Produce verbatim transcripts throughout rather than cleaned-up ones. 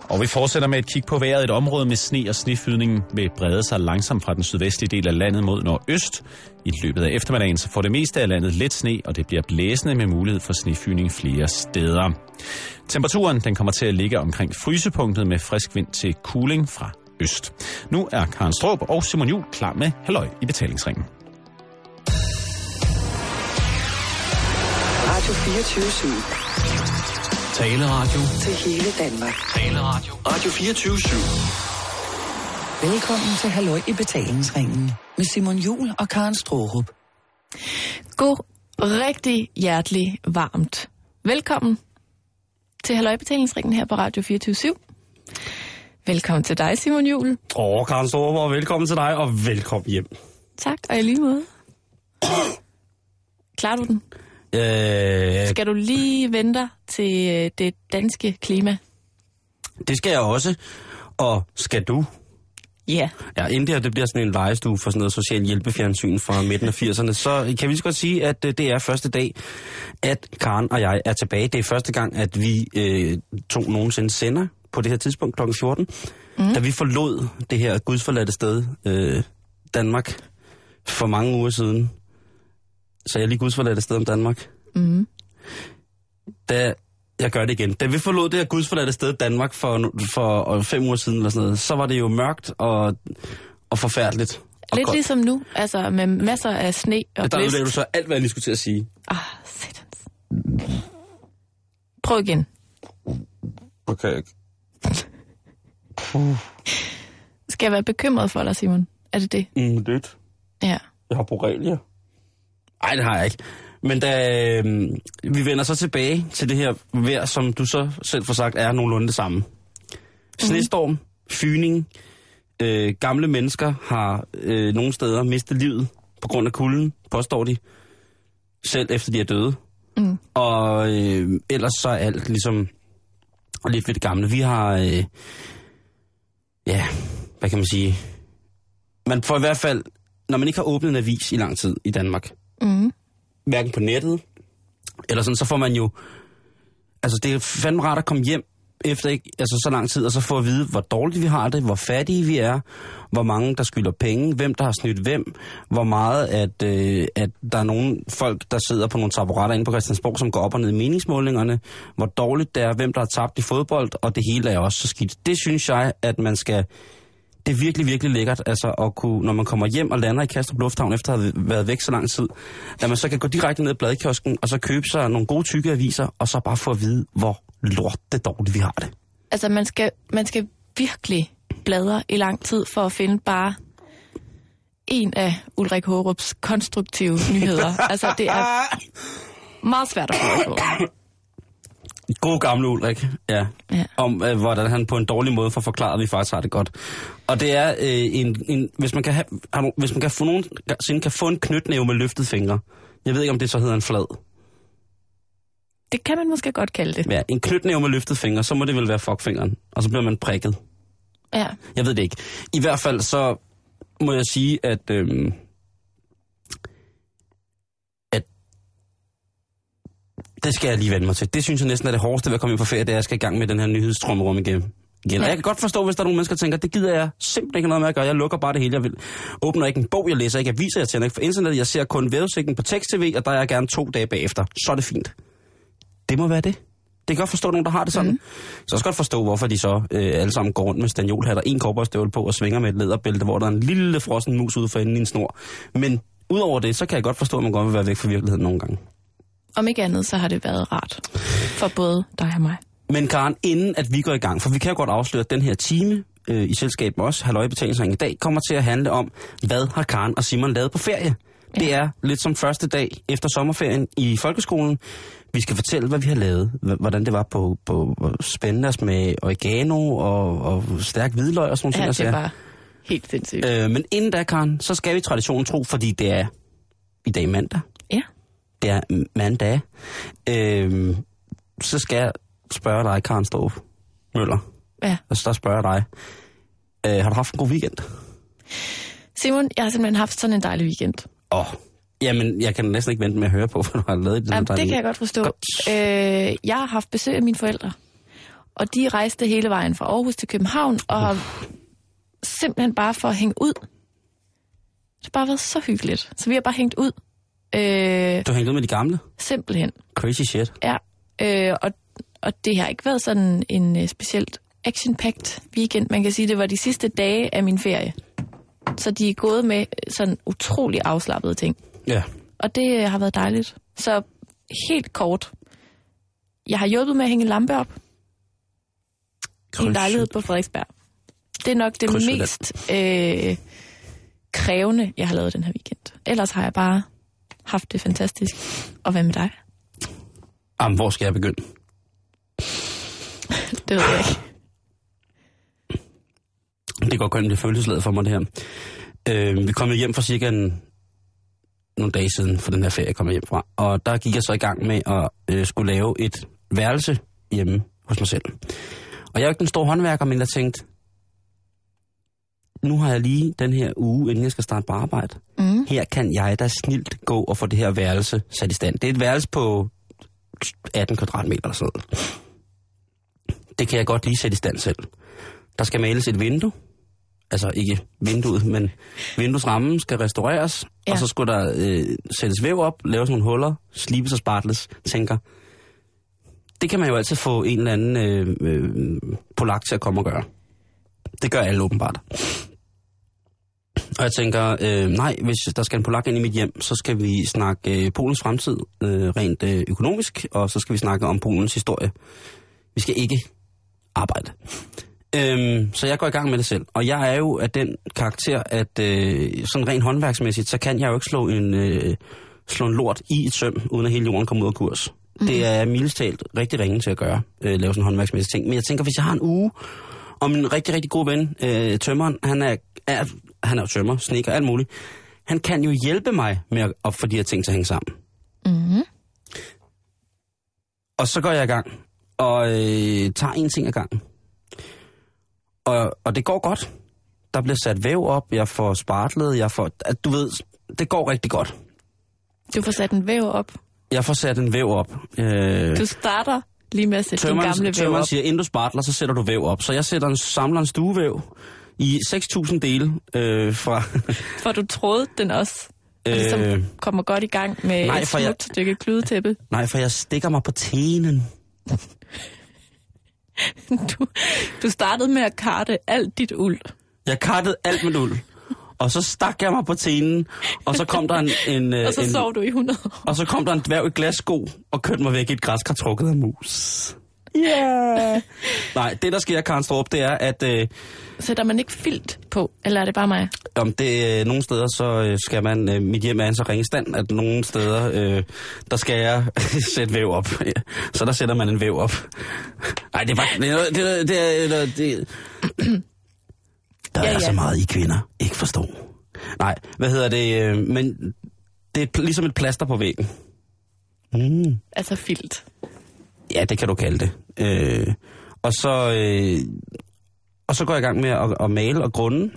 Og vi fortsætter med et kig på vejret. Et område med sne og snefydning vil brede sig langsomt fra den sydvestlige del af landet mod nordøst. I løbet af eftermiddagen så får det meste af landet let sne, og det bliver blæsende med mulighed for snefydning flere steder. Temperaturen den kommer til at ligge omkring frysepunktet med frisk vind til kuling fra øst. Nu er Karen Straarup og Simon Juhl klar med Halløj i betalingsringen. Radio fireogtyve syv. Taleradio. Til hele Danmark. Taleradio. Radio fireogtyve syv. Velkommen til Halløj i betalingsringen med Simon Juhl og Karen Straarup. God, rigtig hjertelig varmt. Velkommen til Halløj i betalingsringen her på Radio fireogtyve syv. Velkommen til dig, Simon Juhl. Åh, Karen Straarup, og velkommen til dig, og velkommen hjem. Tak, og i lige måde. Klarer du den? Øh, Skal du lige vente til det danske klima? det skal jeg også. Og skal du? Ja. Yeah. Ja, inden det her, det bliver sådan en legestue for sådan noget social hjælpefjernsyn fra midten af firserne, så kan vi lige så godt sige, at det er første dag, at Karen og jeg er tilbage. Det er første gang, at vi øh, to nogensinde sender på det her tidspunkt klokken fjorten, mm. da vi forlod det her gudsforladte sted, øh, Danmark, for mange uger siden. Så jeg lige gudsforladte sted om Danmark. Mm. Da jeg gør det igen. Da vi forlod det her gudsforladte sted Danmark for, for fem uger siden, eller sådan noget, så var det jo mørkt og, og forfærdeligt. Og Lidt godt. ligesom nu, altså med masser af sne og Der blæst. er du så alt, hvad jeg lige skulle til at sige. Ah, satans. Prøv igen. Okay. Skal jeg være bekymret for dig, Simon? Er det det? Mm, lidt. Ja. Jeg har borrelia. Nej, det har jeg ikke. Men da øh, vi vender så tilbage til det her vejr, som du så selv får sagt, er nogenlunde det samme. Snestorm, fyning, øh, gamle mennesker har øh, nogle steder mistet livet på grund af kulden, påstår de, selv efter de er døde. Mm. Og øh, ellers så er alt ligesom lidt ved det gamle. Vi har, øh, ja, hvad kan man sige, man får i hvert fald, når man ikke har åbnet en avis i lang tid i Danmark, Mm. hverken på nettet, eller sådan, så får man jo, altså det er fandme rart at komme hjem efter ikke, altså så lang tid, og så få at vide, hvor dårligt vi har det, hvor fattige vi er, hvor mange, der skylder penge, hvem, der har snydt hvem, hvor meget, at, øh, at der er nogle folk, der sidder på nogle taburetter inde på Christiansborg, som går op og ned i meningsmålingerne, hvor dårligt det er, hvem, der har tabt i fodbold, og det hele er også så skidt. Det synes jeg, at man skal, det er virkelig, virkelig lækkert, altså at kunne, når man kommer hjem og lander i Kastrup Lufthavn, efter at have været væk så lang tid, at man så kan gå direkte ned i bladkiosken, og så købe sig nogle gode tykke aviser, og så bare få at vide, hvor lort det dårligt vi har det. Altså, man skal, man skal virkelig bladre i lang tid for at finde bare en af Ulrik Hårups konstruktive nyheder. Altså, det er meget svært at få på. God gamle Ulrik, ja. Ja. Om øh, hvordan han på en dårlig måde får forklaret, at vi faktisk har det godt. Og det er, øh, en, en, hvis man kan have, har du, hvis man kan få nogensinde kan få en knytnæve med løftet fingre. Jeg ved ikke, om det så hedder en flad. Det kan man måske godt kalde det. Ja, en knytnæve med løftet fingre, så må det vel være fuckfingeren. Og så bliver man prikket. Ja. Jeg ved det ikke. I hvert fald så må jeg sige, at, øhm, at det skal jeg lige vende mig til. Det synes jeg næsten er det hårdeste ved at komme ind på ferie, det er, at jeg skal i gang med den her nyhedstrummerum igen. igen. Ja. Og jeg kan godt forstå, hvis der er nogle mennesker, der tænker, det gider jeg simpelthen ikke noget med at gøre. Jeg lukker bare det hele. Jeg vil. Åbner ikke en bog, jeg læser ikke aviser, jeg tænder ikke for internet. Jeg ser kun vejrudsigten på tekst-tv, og der er jeg gerne to dage bagefter. Så er det fint. Det må være det. Det kan godt forstå nogen, der har det sådan. Mm. Så jeg skal godt forstå, hvorfor de så øh, alle sammen går rundt med stanjolhatter, en cowboystøvle på og svinger med et læderbælte, hvor der er en lille frossen mus ude for enden i en snor. Men udover det, så kan jeg godt forstå, at man godt vil være væk fra virkeligheden nogle gange. Om ikke andet, så har det været rart for både dig og mig. Men Karen, inden at vi går i gang, for vi kan jo godt afsløre, at den her time øh, i selskab med os, Halløj i betalingsringen i dag, kommer til at handle om, hvad har Karen og Simon lavet på ferie? Ja. Det er lidt som første dag efter sommerferien i folkeskolen. Vi skal fortælle, hvad vi har lavet, hvordan det var på, på spændende med oregano og, og stærk hvidløg og sådan noget. Ja, det var helt sindssygt. Øh, men inden da, Karen, så skal vi traditionen tro, fordi det er i dag mandag. Ja. Det er mandag. Øh, så skal jeg spørge dig, Karen Straarup Møller. Ja. Og så spørger jeg dig, øh, har du haft en god weekend? Simon, jeg har simpelthen haft sådan en dejlig weekend. Åh, oh, jamen, jeg kan næsten ikke vente med at høre på, hvad du har lavet i den Jamen, dejlige. det kan jeg godt forstå. Godt. Øh, jeg har haft besøg af mine forældre. Og de rejste hele vejen fra Aarhus til København, og har simpelthen bare for at hænge ud. Det har bare været så hyggeligt. Så vi har bare hængt ud. Øh, du har hængt ud med de gamle? Simpelthen. Crazy shit. Ja, øh, og, og det har ikke været sådan en uh, specielt action-packed weekend. Man kan sige, det var de sidste dage af min ferie. Så de er gået med sådan utrolig afslappede ting. Ja. Og det uh, har været dejligt. Så helt kort. Jeg har hjulpet med at hænge en lampe op. I en lejlighed på Frederiksberg. Det er nok det Krydsøland. mest øh, krævende, jeg har lavet den her weekend. Ellers har jeg bare haft det fantastisk. Og hvad med dig? Jamen, hvor skal jeg begynde? Det ved jeg ikke. Det går godt blive følelsesladet for mig, det her. Øh, vi kom hjem for cirka en, nogle dage siden, for den her ferie, jeg kom hjem fra. Og der gik jeg så i gang med at øh, skulle lave et værelse hjemme hos mig selv. Og jeg er jo ikke den store håndværker, men jeg tænkte, nu har jeg lige den her uge, inden jeg skal starte på arbejde. Mm. Her kan jeg da snilt gå og få det her værelse sat i stand. Det er et værelse på atten kvadratmeter eller sådan noget. Det kan jeg godt lige sætte i stand selv. Der skal males et vindue. Altså ikke vinduet, men vinduesrammen skal restaureres. Ja. Og så skulle der øh, sættes væv op, laves nogle huller, slibes og spartles, tænker. Det kan man jo altid få en eller anden øh, øh, polak til at komme og gøre. Det gør alle åbenbart. Og jeg tænker, øh, nej, hvis der skal en polak ind i mit hjem, så skal vi snakke øh, Polens fremtid øh, rent øh, økonomisk, og så skal vi snakke om Polens historie. Vi skal ikke arbejde. Øhm, så jeg går i gang med det selv. Og jeg er jo af den karakter, at øh, sådan rent håndværksmæssigt, så kan jeg jo ikke slå en, øh, slå en lort i et søm, uden at hele jorden kommer ud af kurs. Mm. Det er mildest talt rigtig ringe til at gøre, øh, lave sådan en håndværksmæssig ting. Men jeg tænker, hvis jeg har en uge, og min rigtig, rigtig god ven, øh, tømmeren, han er, er, han er jo tømmer, sneker, alt muligt. Han kan jo hjælpe mig med at, at få de her ting til at hænge sammen. Mm. Og så går jeg i gang, og øh, tager en ting ad gangen. Og, og det går godt. Der bliver sat væv op, jeg får spartlet, jeg får... At du ved, det går rigtig godt. Du får sat en væv op? Jeg får sat en væv op. Øh, du starter lige med at sætte tømmeren, din gamle væv op? Tømmeren siger, inden du spartler, så sætter du væv op. Så jeg sætter en, samler en stuevæv i seks tusind dele øh, fra... For du troede den også? Og ligesom øh, kommer godt i gang med nej, et smukt stykke kludetæppe? Nej, for jeg stikker mig på tenen. Du, du startede med at karte alt dit uld. Jeg kartede alt mit uld. Og så stak jeg mig på tenen, og så kom der en... en og så en, sov du i hundrede år. Og så kom der en dværg i glassko, og kørte mig væk i et græskar trukket af mus. Yeah! Nej, det der sker, Karen Straarup, det er, at... Øh, Sætter man ikke filt på, eller er det bare mig? Om det øh, nogle steder, så øh, skal man... Øh, mit hjem er en så ringe stand, at nogle steder, øh, der skal jeg sætte væv op. Så der sætter man en væv op. Nej, det er bare... Det, det, det, det, det, der ja, er ja. så meget, I kvinder ikke forstår. Nej, hvad hedder det? Øh, men det er ligesom et plaster på væggen. Mm. Altså filt. Ja, det kan du kalde det. Øh, og så... Øh, Og så går jeg i gang med at, at male og grunde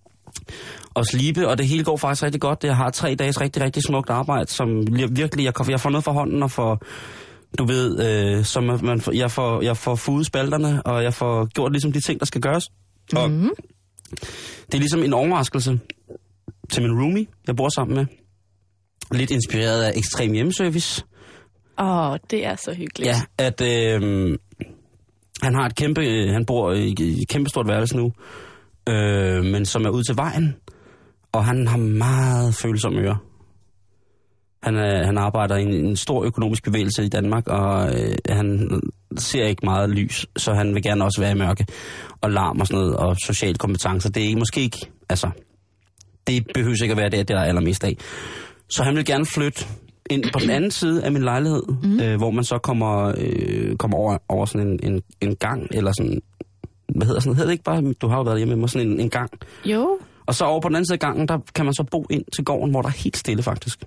og slibe, og det hele går faktisk rigtig godt. Jeg har tre dages rigtig, rigtig smukt arbejde, som virkelig, jeg, jeg får noget for hånden, og for, du ved, øh, som man, jeg får, jeg får fudet spalterne, og jeg får gjort ligesom de ting, der skal gøres. Og mm-hmm. det er ligesom en overraskelse til min roomie, jeg bor sammen med. Lidt inspireret af Ekstrem Hjemmeservice. Åh, oh, det er så hyggeligt. Ja, at... Øh, Han har et kæmpe, han bor i et kæmpestort værelse nu, øh, men som er ude til vejen, og han har meget følsomme ører. Han, er, han arbejder i en, en stor økonomisk bevægelse i Danmark, og øh, han ser ikke meget lys, så han vil gerne også være i mørke, og larm og sådan noget, og social kompetence. Det er måske ikke, altså, det behøver ikke at være det, det der er allermest af. Så han vil gerne flytte ind på den anden side af min lejlighed, mm. øh, hvor man så kommer, øh, kommer over, over sådan en, en, en gang, eller sådan, hvad hedder sådan, hedder det ikke bare, du har jo været hjemme med mig, sådan en, en gang. Jo. Og så over på den anden side af gangen, der kan man så bo ind til gården, hvor der er helt stille faktisk.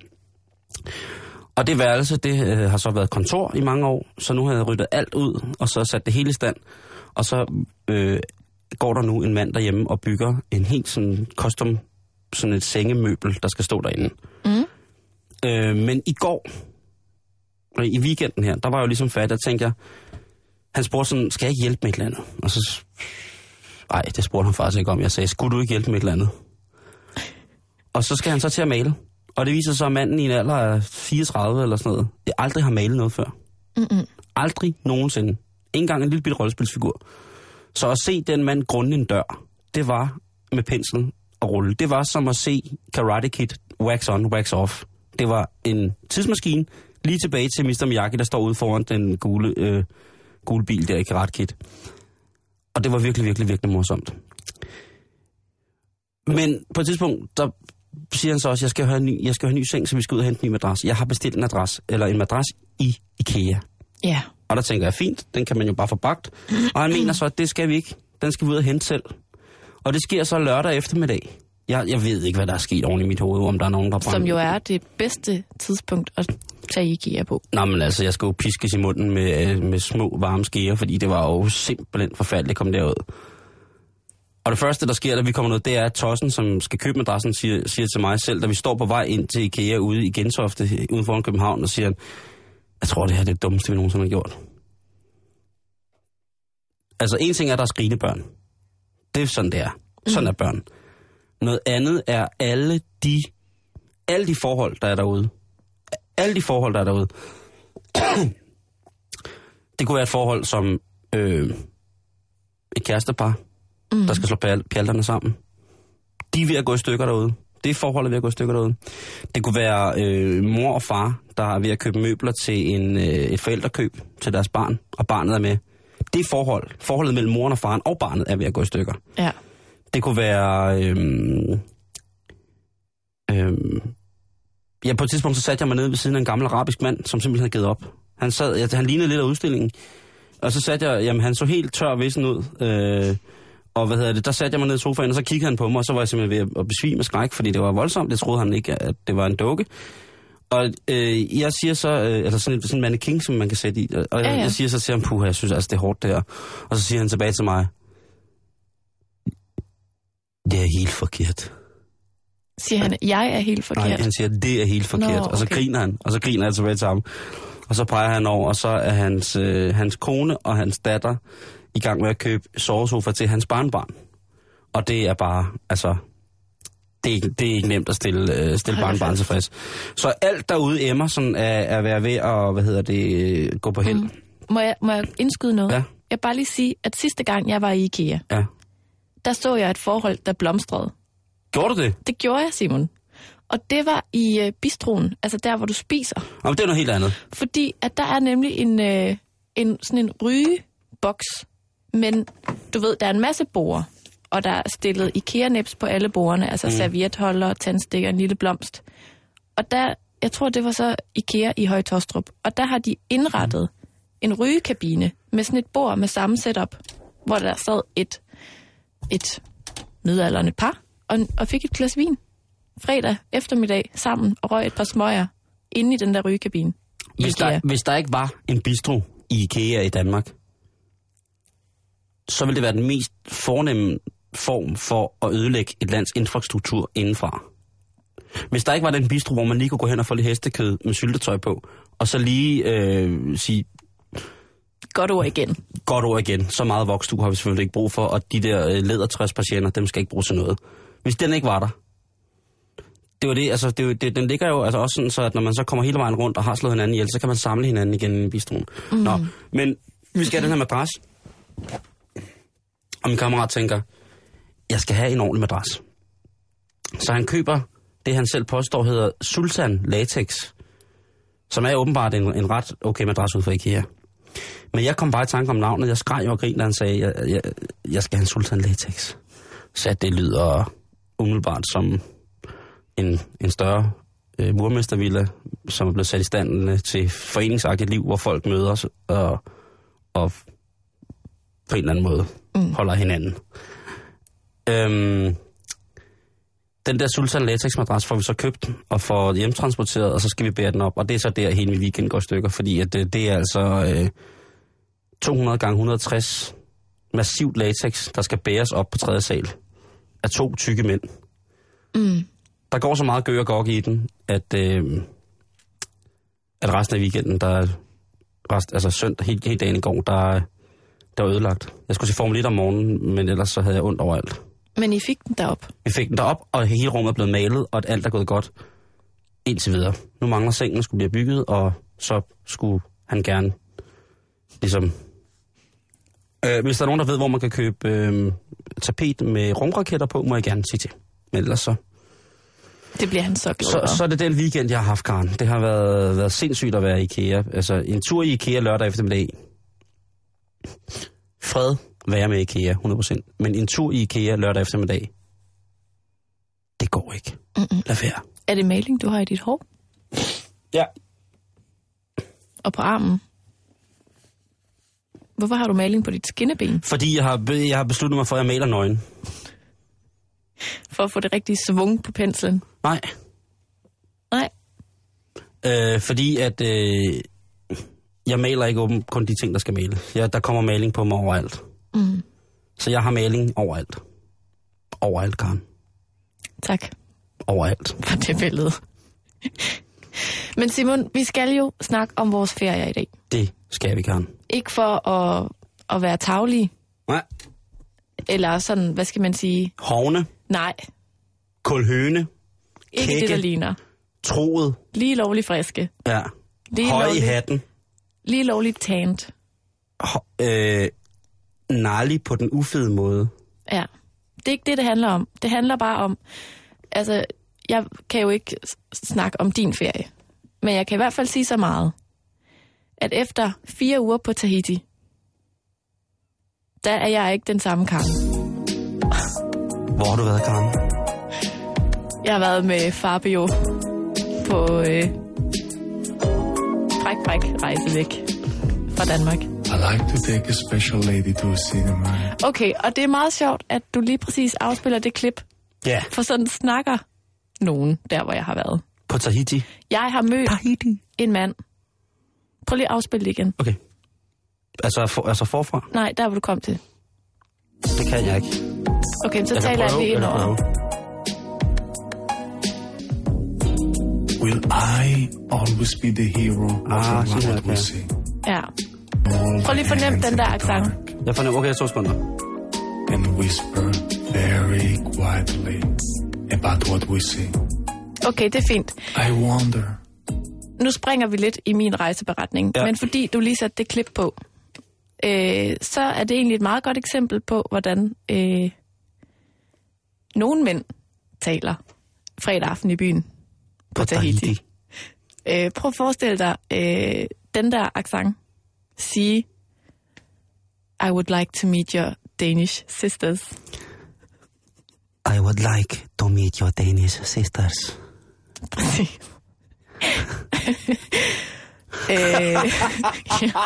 Og det værelse, det øh, har så været kontor i mange år, så nu har jeg ryddet alt ud, og så sat det hele i stand. Og så øh, går der nu en mand derhjemme og bygger en helt sådan custom, sådan et sengemøbel, der skal stå derinde. Mm. Øh, men i går, i weekenden her, der var jeg jo ligesom fat, der tænkte jeg, han spurgte sådan, skal jeg ikke hjælpe med et eller andet? Og så, nej, det spurgte han faktisk ikke om. Jeg sagde, skulle du ikke hjælpe med et eller andet? Og så skal han så til at male. Og det viser sig, at manden i en alder af fireogtredive eller sådan noget, jeg aldrig har malet noget før. Mm-mm. Aldrig nogensinde. Ikke engang en lille bitte rollespilsfigur. Så at se den mand grunde en dør, det var med pensel og rulle. Det var som at se Karate Kid wax on, wax off. Det var en tidsmaskine lige tilbage til mister Miyagi, der står ude foran den gule, øh, gule bil der i Karate Kid. Og det var virkelig, virkelig, virkelig morsomt. Men på et tidspunkt, der siger han så også, at jeg skal have en ny, jeg skal have en ny seng, så vi skal ud og hente en ny madras. Jeg har bestilt en adresse, eller en madras i IKEA. Ja. Yeah. Og der tænker jeg, fint, den kan man jo bare få bagt. Og han mener så, at det skal vi ikke. Den skal vi ud og hente selv. Og det sker så lørdag eftermiddag. Jeg, jeg ved ikke, hvad der er sket oven i mit hoved, om der er nogen, der brænder. Som jo er det bedste tidspunkt at tage IKEA på. Nå, men altså, jeg skal jo piskes i munden med, med små varme skeer, fordi det var jo simpelthen forfærdeligt at komme derud. Og det første, der sker, da vi kommer ned, det er, at Tossen, som skal købe madrassen, siger, siger til mig selv, da vi står på vej ind til IKEA ude i Gentofte, ude foran København, og siger, jeg tror, det her er det dummeste, vi nogensinde har gjort. Altså, en ting er, at der er skrigende børn. Det er sådan, det er. Sådan er børn. Noget andet er alle de, alle de forhold, der er derude. Alle de forhold, der er derude. Det kunne være et forhold som øh, et kærestepar, mm. der skal slå pjalterne sammen. De er ved at gå i stykker derude. Det er forholdet ved at gå i stykker derude. Det kunne være øh, mor og far, der er ved at købe møbler til en, øh, et forældrekøb til deres barn, og barnet er med. Det er forhold. Forholdet mellem moren og faren og barnet er ved at gå i stykker. Ja. Det kunne være... Øhm, øhm, ja, på et tidspunkt så satte jeg mig ned ved siden af en gammel arabisk mand, som simpelthen havde givet op. Han, sad, ja, han lignede lidt af udstillingen. Og så satte jeg... Jamen, han så helt tør vissen ud. Øh, og hvad hedder det? Der satte jeg mig ned i sofaen, og så kiggede han på mig, og så var jeg simpelthen ved at besvime af skræk, fordi det var voldsomt. Jeg troede han ikke, at det var en dukke. Og øh, jeg siger så... Øh, altså sådan en, sådan en mannequin, som man kan sætte i. Og jeg, ja, ja. jeg siger så til ham, puh, jeg synes altså, det er hårdt der. Og så siger han tilbage til mig... Det er helt forkert. Siger han, jeg er helt forkert? Nej, han siger, det er helt forkert. Nå, okay. Og så griner han, og så griner jeg tilbage til ham. Og så peger han over, og så er hans, øh, hans kone og hans datter i gang med at købe sovesofa til hans barnbarn. Og det er bare, altså, det er, det er ikke nemt at stille, øh, stille barnbarn tilfreds. Så alt derude emmer sådan er, er ved, ved at, hvad hedder det, gå på held. Mm. Må, jeg, må jeg indskyde noget? Ja. Jeg vil bare lige sige, at sidste gang jeg var i IKEA, ja. der så jeg et forhold, der blomstrede. Gjorde du det? Det gjorde jeg, Simon. Og det var i øh, bistroen, altså der, hvor du spiser. Jamen, det er noget helt andet. Fordi at der er nemlig en, øh, en, sådan en rygeboks, men du ved, der er en masse borde, og der er stillet IKEA-nips på alle bordene, altså mm. servietholder, tandstikker, en lille blomst. Og der, jeg tror, det var så IKEA i Høje Taastrup, og der har de indrettet mm. en rygekabine med sådan et bord med samme setup, hvor der sad et, et midaldrende par og, og fik et glas vin fredag eftermiddag sammen og røg et par smøger inde i den der rygekabine. Hvis der, hvis der ikke var en bistro i IKEA i Danmark, så ville det være den mest fornemme form for at ødelægge et lands infrastruktur indenfra. Hvis der ikke var den bistro, hvor man lige kunne gå hen og få lidt hestekød med syltetøj på, og så lige øh, sige... Godt ord igen. Godt ord igen. Så meget voksstue har vi selvfølgelig ikke brug for, og de der øh, lædertræspatienter, dem skal ikke bruge til noget. Hvis den ikke var der, det var det, altså, det, det, den ligger jo altså også sådan, så at når man så kommer hele vejen rundt og har slået hinanden ihjel, så kan man samle hinanden igen i bistroen. Mm. Nå, men vi skal have den her madras. Og min kammerat tænker, jeg skal have en ordentlig madras. Så han køber det, han selv påstår hedder Sultan Latex, som er åbenbart en, en ret okay madras ud fra IKEA. Men jeg kom bare i tanke om navnet. Jeg skreg og grin, da han sagde, jeg, jeg, jeg skal have en Sultan Latex. Så at det lyder umiddelbart som en, en større øh, murmestervilla, som er blevet sat i stand øh, til foreningsagtigt liv, hvor folk møder og, og på en eller anden måde mm. holder hinanden. Øhm, den der Sultan Latex madras får vi så købt og får hjemtransporteret, og så skal vi bære den op. Og det er så der hele min weekend går i stykker, fordi at det, det er altså øh, to hundrede gange et hundrede og tres massivt latex, der skal bæres op på tredje sal af to tykke mænd. Mm. Der går så meget gø og gok i den, at, øh, at resten af weekenden, der rest, altså søndag, helt, helt dagen i går, der, Det var ødelagt. Jeg skulle se Formel et om morgenen, men ellers så havde jeg ondt overalt. Men I fik den derop? Vi fik den derop, og hele rummet er blevet malet, og alt er gået godt indtil videre. Nu mangler sengen, skulle blive bygget, og så skulle han gerne ligesom... Øh, hvis der er nogen, der ved, hvor man kan købe øh, tapet med rumraketter på, må jeg gerne sige til. Men ellers så... Det bliver han så glad så, så er det den weekend, jeg har haft, Karen. Det har været, været sindssygt at være i IKEA. Altså, en tur i IKEA lørdag eftermiddag. Fred være med IKEA, hundrede procent. Men en tur i IKEA lørdag eftermiddag, det går ikke. Mm-mm. Lad være. Er det maling, du har i dit hår? Ja. Og på armen? Hvorfor har du maling på dit skinneben? Fordi jeg har, jeg har besluttet mig for, at jeg maler nøgen. For at få det rigtige svung på penslen? Nej. Nej. Øh, fordi at øh, jeg maler ikke åben kun de ting, der skal male. Jeg, der kommer maling på mig overalt. Mm. Så jeg har maling overalt. Overalt, Karen. Tak. Overalt. For det billede. Men Simon, vi skal jo snakke om vores ferie i dag. Det skal vi, Karen. Ikke for at, at være tavlige. Nej. Eller sådan, hvad skal man sige? Hovne. Nej. Kulhøne. Ikke kække, det, der ligner. Troet. Lige lovligt friske. Ja. Lige Høj lovligt, i hatten. Lige lovligt tant. Ho- øh, narlig på den ufede måde. Ja. Det er ikke det, det handler om. Det handler bare om... Altså, jeg kan jo ikke snakke om din ferie. Men jeg kan i hvert fald sige så meget, at efter fire uger på Tahiti, der er jeg ikke den samme Karen. Hvor har du været, Karen? Jeg har været med Fabio på øh, fræk, fræk rejse væk fra Danmark. I like to take a special lady to a cinema. Okay, og det er meget sjovt, at du lige præcis afspiller det klip. Ja. Yeah. For sådan snakker nogen, der hvor jeg har været. På Tahiti? Jeg har mødt Tahiti. en mand. Prøv lige at afspille det igen. Okay. Altså, for, altså forfra? Nej, der hvor du kom til. Det kan jeg ikke. Okay, så jeg taler jeg lige ind over. Will I always be the hero of Ah, what sådan we her, see? Ja. All Prøv lige the at fornemme hands den in der the accent. dark Jeg fornemmer, okay, to sekunder. And whisper very quietly about what we see. Okay, det er fint. I wonder. Nu springer vi lidt i min rejseberetning, Ja. men fordi du lige satte det klip på, øh, så er det egentlig et meget godt eksempel på, hvordan øh, nogle mænd taler fredag aften i byen på, På Tahiti. Tahiti. Øh, prøv at forestille dig øh, den der accent sige, I would like to meet your Danish sisters. I would like to meet your Danish sisters. Præcis. øh, ja.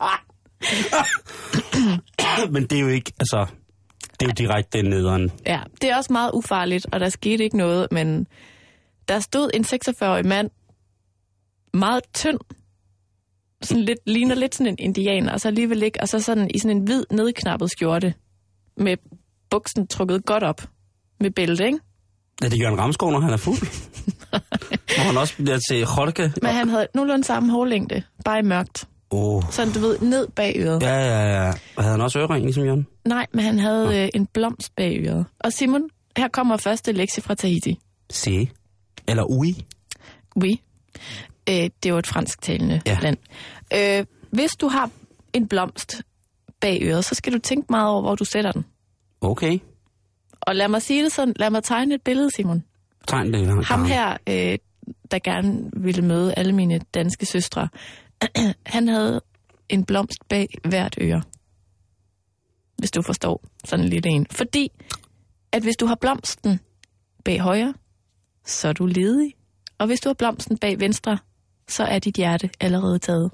Men det er jo ikke, altså, det er jo direkte nederen. Ja, det er også meget ufarligt, og der skete ikke noget, men der stod en seksogfyrre-årig mand, meget tynd, sådan lidt, ligner lidt sådan en indianer, og så alligevel ikke, og så sådan i sådan en hvid nedknappet skjorte, med buksen trukket godt op, med bælte, ikke? Er det Jørgen Ramskov, når han er fuld? Hvor han også bliver til Jorge? Men han havde nogenlunde samme hårlængde, bare i mørkt. Oh. Sådan, du ved, ned bag øret. Ja, ja, ja. Og havde han også ørering, ligesom Jørgen? Nej, men han havde øh, en blomst bag øret. Og Simon, her kommer første lektie fra Tahiti. Se. Eller oui. Oui. Øh, det er jo et fransktalende Ja. land. Øh, hvis du har en blomst bag øret, så skal du tænke meget over, hvor du sætter den. Okay. Og lad mig sige det sådan, lad mig tegne et billede, Simon. Tegn det. Ham her, øh, der gerne ville møde alle mine danske søstre, han havde en blomst bag hvert øre. Hvis du forstår sådan en lille en. Fordi, at hvis du har blomsten bag højre, så er du ledig. Og hvis du har blomsten bag venstre, så er dit hjerte allerede taget.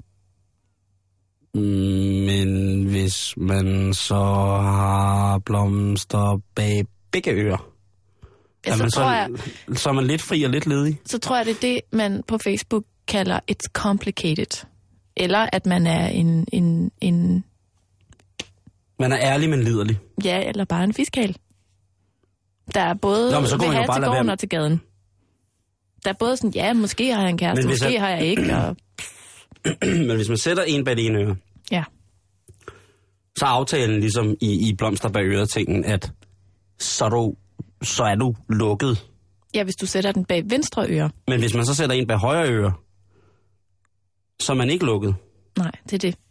Men hvis man så har blomster bag begge ører, Ja, er så, man tror så, jeg, så er man lidt fri og lidt ledig? så tror jeg, det er det, man på Facebook kalder it's complicated. Eller at man er en, en, en Man er ærlig, men liderlig. ja, eller bare en fiskal. Der er både Nå, men så kunne ved man jo bare lade Hattegården være- og til gaden. Der er både sådan, ja, måske har jeg en kæreste, Men hvis måske jeg- har jeg ikke. Og, Men hvis man sætter en bag det ene øre, ja. så er aftalen ligesom i, i blomster bag øret-tingen, at så er, du, så er du lukket. Ja, hvis du sætter den bag venstre øre. Men hvis man så sætter en bag højre øre, så er man ikke lukket. Nej, det er det.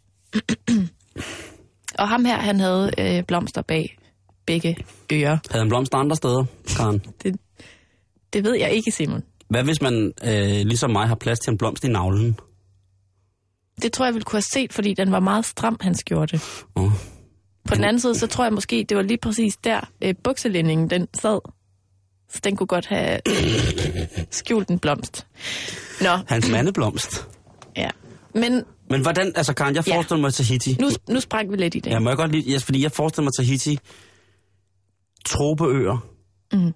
Og ham her, han havde øh, blomster bag begge ører. Havde han blomster andre steder, Karen? Det, det ved jeg ikke, Simon. Hvad hvis man, øh, ligesom mig, har plads til en blomst i navlen? Det tror jeg ville kunne have set, fordi den var meget stram, hans skjorte. Oh. På den anden side, så tror jeg måske, det var lige præcis der, øh, bukselændingen, den sad. Så den kunne godt have øh, skjult en blomst. Nå. Hans mandeblomst. Ja, men... Men hvordan, altså Karen, jeg forestiller ja. mig Tahiti. Nu, nu sprang vi lidt i det. Ja, må jeg godt lide, yes, fordi jeg forestiller mig Tahiti. Tropeøer. Mm.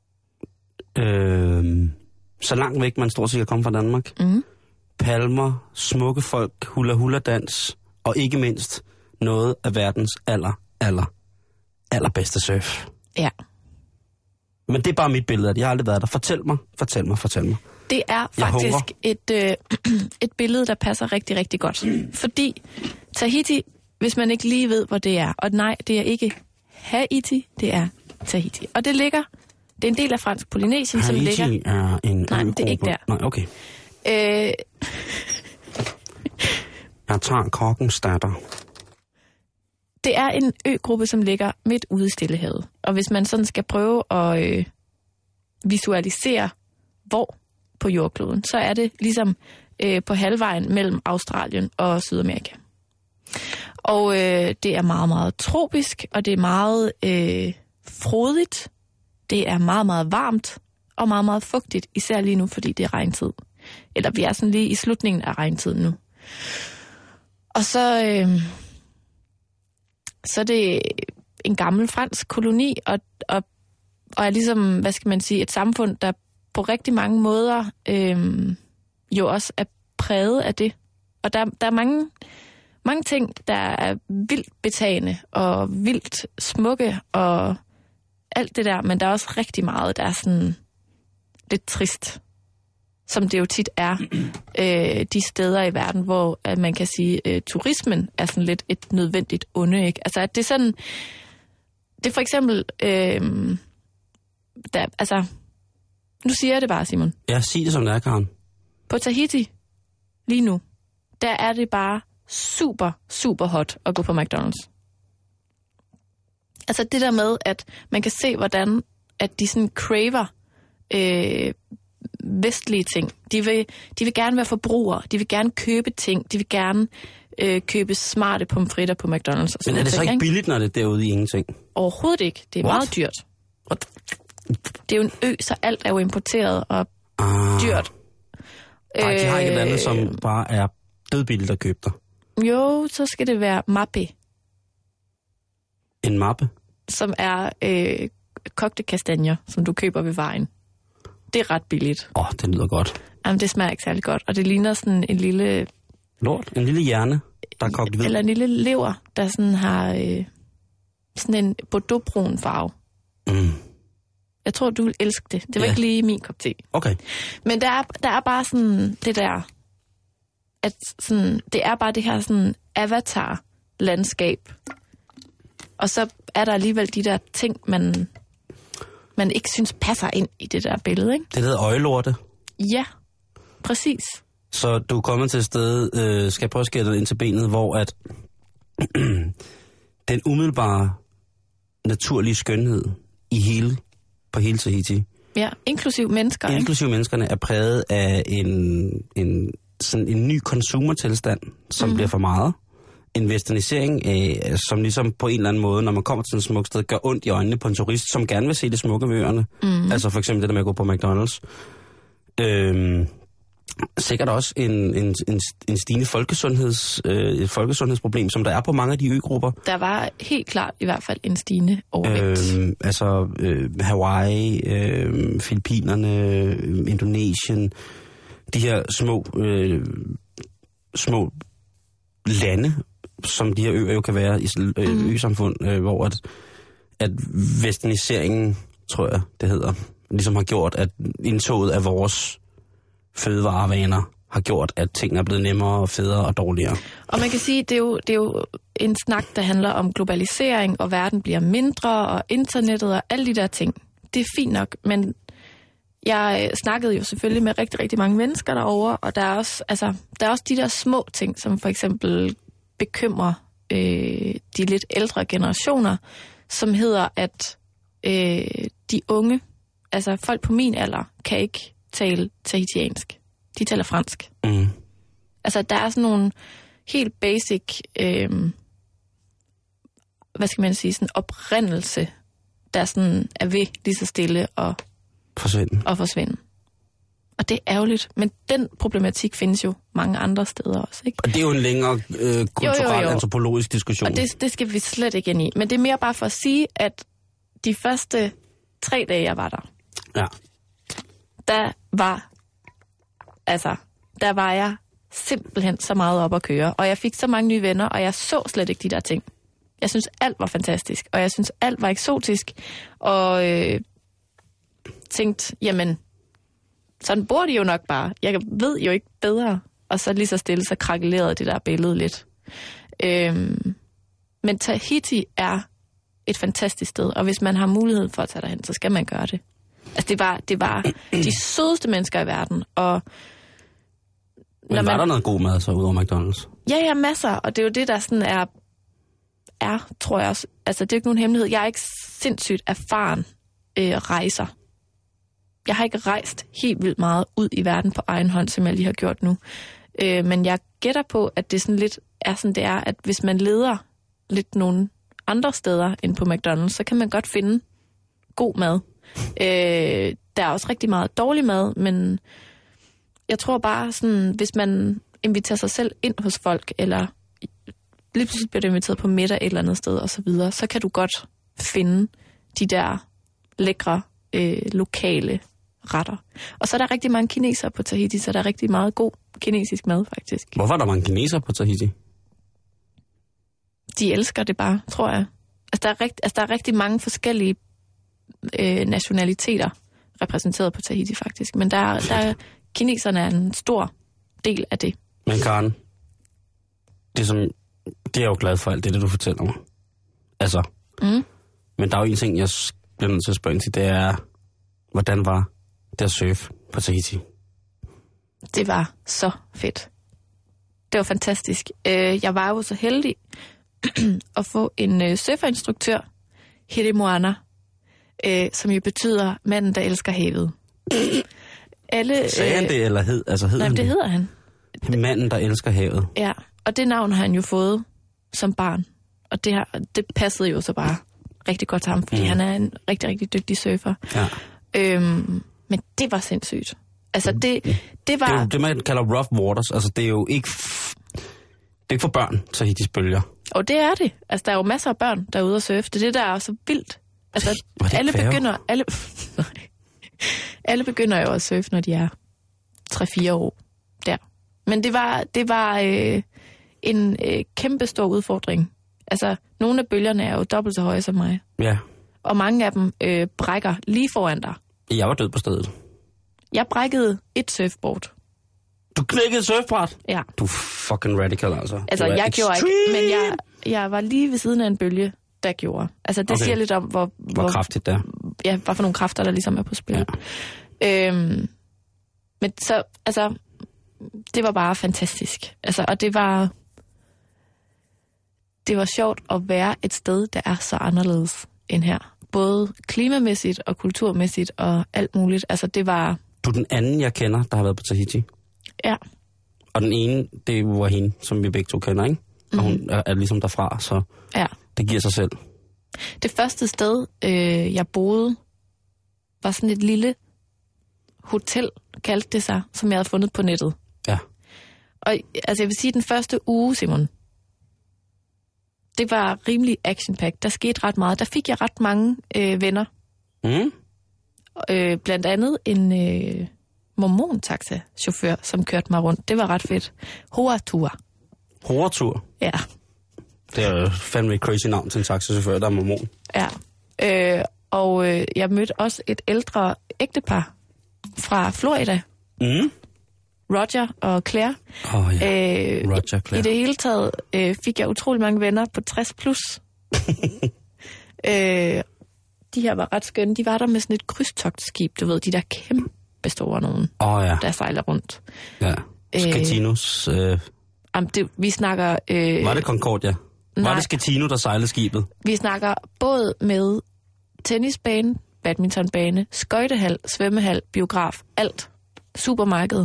Øh, så langt væk, man stort set kan komme fra Danmark. Mm. Palmer, smukke folk, hula-hula-dans, og ikke mindst noget af verdens aller, aller, allerbedste surf. Ja. Men det er bare mit billede, at jeg har aldrig været der. Fortæl mig, fortæl mig, fortæl mig. Det er faktisk et, øh, et billede, der passer rigtig, rigtig godt. Fordi Tahiti, hvis man ikke lige ved, hvor det er, og nej, det er ikke Haiti, det er Tahiti. Og det ligger, det er en del af Fransk Polynesien, som ligger... Haiti er en nej, det er ikke der. Nej, okay. Øh... Jeg tager kokkens datter. Det er en øgruppe, som ligger midt ude i Stillehavet. Og hvis man sådan skal prøve at øh, visualisere, hvor på jordkloden, så er det ligesom øh, på halvvejen mellem Australien og Sydamerika. Og øh, det er meget, meget tropisk, og det er meget øh, frodigt. Det er meget, meget varmt og meget, meget fugtigt, især lige nu, fordi det er regntid. Eller vi er sådan lige i slutningen af regntiden nu. Og så... Øh, så er det en gammel fransk koloni, og, og, og er ligesom, hvad skal man sige, et samfund, der på rigtig mange måder øh, jo også er præget af det. Og der, der er mange, mange ting, der er vildt betagende og vildt smukke og alt det der, men der er også rigtig meget, der er sådan lidt trist, som det jo tit er øh, de steder i verden, hvor at man kan sige, øh, turismen er sådan lidt et nødvendigt onde, ikke? Altså, at det er sådan, det er for eksempel, øh, der, altså, nu siger jeg det bare, Simon. Ja, sig det som det er, Karen. På Tahiti, lige nu, der er det bare super, super hot at gå på McDonald's. Altså det der med, at man kan se, hvordan at de sådan craver øh, vestlige ting. De vil, de vil gerne være forbrugere. De vil gerne købe ting. De vil gerne øh, købe smarte pomfritter på McDonald's. Men er det så ting, ikke billigt, når det er derude i ingenting? Overhovedet ikke. Det er What? meget dyrt. Det er jo en ø, så alt er jo importeret og ah. dyrt. Nej, de har ikke et andet, som bare er dødbilligt at købe dig. Jo, så skal det være mappe. En mappe? Som er øh, kogte kastanjer, som du køber ved vejen. Det er ret billigt. Åh, oh, det lyder godt. Jamen, det smager ikke særlig godt. Og det ligner sådan en lille... Lort? En lille hjerne, der er kogt hvid? Eller en lille lever, der sådan har øh, sådan en bordeauxbrun farve. Mm. Jeg tror, du vil elske det. Det var ja. ikke lige min kop te. Okay. Men der er, der er bare sådan det der... At sådan, det er bare det her sådan avatar-landskab. Og så er der alligevel de der ting, man, man ikke synes passer ind i det der billede, ikke? Det hedder øjelorte. Ja, præcis. Så du er kommet til et sted, øh, skal jeg prøve at skære dig ind til benet, hvor at den umiddelbare naturlige skønhed i hele, på hele Tahiti. Ja, inklusiv mennesker, ikke? Inklusiv menneskerne er præget af en, en, sådan en ny konsumertilstand, som mm. bliver for meget. En westernisering, af, som ligesom på en eller anden måde, når man kommer til et smukt sted, gør ondt i øjnene på en turist, som gerne vil se det smukke ved øerne. Mm. Altså for eksempel det der med at gå på McDonald's. Øhm, sikkert også en, en, en, en stigende folkesundheds, øh, et folkesundhedsproblem, som der er på mange af de øgrupper. Der var helt klart i hvert fald en stigende overvægt. Øhm, altså øh, Hawaii, øh, Filippinerne, øh, Indonesien, de her små, øh, små lande, som de her øer jo kan være i øh, ø-samfund, øh, hvor at, at westerniseringen, tror jeg, det hedder, ligesom har gjort, at indtoget af vores fødevarevaner har gjort, at tingene er blevet nemmere og federe og dårligere. Og man kan sige, det er jo, det er jo en snak, der handler om globalisering, og verden bliver mindre, og internettet og alle de der ting. Det er fint nok, men jeg snakkede jo selvfølgelig med rigtig, rigtig mange mennesker derovre, og der er også, altså, der er også de der små ting, som for eksempel bekymrer øh, de lidt ældre generationer, som hedder, at øh, de unge, altså folk på min alder, kan ikke tale tahitiansk. De taler fransk. Mm. Altså, der er sådan nogle helt basic, øh, hvad skal man sige, sådan oprindelse, der sådan er ved lige så stille og forsvinde. og forsvinde. Og det er ærgerligt, men den problematik findes jo mange andre steder også, ikke? Og det er jo en længere øh, kulturel, jo, jo, jo. antropologisk diskussion. Og det, det skal vi slet ikke ind i. Men det er mere bare for at sige, at de første tre dage, jeg var der, ja. der var, altså, der var jeg simpelthen så meget op at køre. Og jeg fik så mange nye venner, og jeg så slet ikke de der ting. Jeg synes, alt var fantastisk, og jeg synes, alt var eksotisk. Og øh, tænkte, jamen, sådan bor de jo nok bare. Jeg ved jo ikke bedre. Og så lige så stille, så krakelerede det der billede lidt. Øhm, men Tahiti er et fantastisk sted, og hvis man har mulighed for at tage derhen, så skal man gøre det. Altså, det var, det var de sødeste mennesker i verden, og men var man, der noget god mad så ud over McDonald's? Ja, ja, masser, og det er jo det, der sådan er, er tror jeg også. Altså, det er jo ikke nogen hemmelighed. Jeg er ikke sindssygt erfaren øh, rejser. Jeg har ikke rejst helt vildt meget ud i verden på egen hånd, som jeg lige har gjort nu. Øh, men jeg gætter på, at det sådan lidt er sådan, det er, at hvis man leder lidt nogle andre steder end på McDonald's, så kan man godt finde god mad. Øh, der er også rigtig meget dårlig mad, men jeg tror bare sådan, hvis man inviterer sig selv ind hos folk, eller lige pludselig bliver du inviteret på middag et eller andet sted og så videre, så kan du godt finde de der lækre, øh, lokale retter. Og så er der rigtig mange kinesere på Tahiti, så der er rigtig meget god kinesisk mad, faktisk. Hvorfor er der mange kinesere på Tahiti? De elsker det bare, tror jeg. Altså, der er, rigt, altså, der er rigtig mange forskellige øh, nationaliteter repræsenteret på Tahiti, faktisk. Men der, der kineserne er en stor del af det. Men Karen, det, som, det er jeg jo glad for alt det, det du fortæller mig. Altså, mm. men der er jo en ting, jeg bliver nødt til at spørge ind til, det er, hvordan var det at surfe på Tahiti? Det var så fedt. Det var fantastisk. Jeg var jo så heldig at få en surferinstruktør, Hiri som jo betyder manden, der elsker havet. Alle, Sagde han det, eller hed, altså hed nej, han det? det hedder han. Manden, der elsker havet. Ja, og det navn har han jo fået som barn. Og det, har, det passede jo så bare rigtig godt til ham, fordi mm. han er en rigtig, rigtig dygtig surfer. Ja. Øhm, men det var sindssygt. Altså, det, det var... Det er jo det, man kalder rough waters. Altså, det er jo ikke, f... det er ikke for børn, Tahitis bølger. Og det er det. Altså, der er jo masser af børn, der er ude at surfe. Det er det, der er så vildt. Altså, alle kvæve? begynder... Alle... alle begynder jo at surfe, når de er tre fire år der. Men det var, det var øh, en øh, kæmpe stor udfordring. Altså, nogle af bølgerne er jo dobbelt så høje som mig. Ja. Og mange af dem øh, brækker lige foran dig. Jeg var død på stedet. Jeg brækkede et surfboard. Du knækkede surfbræt? Ja. Du er fucking radical, altså. Altså, jeg extreme. gjorde ikke, men jeg, jeg var lige ved siden af en bølge, der gjorde. Altså, det okay. siger lidt om, hvor... Hvor, hvor kraftigt det er. Ja, hvad for nogle kræfter, der ligesom er på spil. Ja. Øhm, men så, altså, det var bare fantastisk. Altså, og det var... Det var sjovt at være et sted, der er så anderledes end her. Både klimamæssigt og kulturmæssigt og alt muligt. Altså, det var... Du er den anden, jeg kender, der har været på Tahiti. Ja. Og den ene, det var hende, som vi begge to kender, ikke? Og mm-hmm. hun er, er ligesom derfra, så ja. Det giver sig selv. Det første sted, øh, jeg boede, var sådan et lille hotel, kaldte det sig, som jeg havde fundet på nettet. Ja. Og altså, jeg vil sige, den første uge, Simon, det var rimelig action-packed. Der skete ret meget. Der fik jeg ret mange øh, venner. Mm. Øh, blandt andet en øh, mormon-taxa-chauffør, som kørte mig rundt. Det var ret fedt. Hoa-tur. Hoa-tur? Ja. Det er jo fandme et crazy navn til en taxachauffør, der er mormon. Ja. Øh, og øh, jeg mødte også et ældre ægtepar fra Florida. Mm. Roger og Claire. Åh oh, ja, øh, Roger og Claire. I det hele taget øh, fik jeg utrolig mange venner på tres plus. øh, de her var ret skønne. De var der med sådan et krydstogtskib, du ved, de der kæmpe store nogen, Åh oh, ja. der sejler rundt. Ja, Skatinos. Øh... Jamen, det, vi snakker... Øh, Var det Concordia? nej. Var det Skatino, der sejlede skibet? Vi snakker både med tennisbane, badmintonbane, skøjtehal, svømmehal, biograf, alt. Supermarked,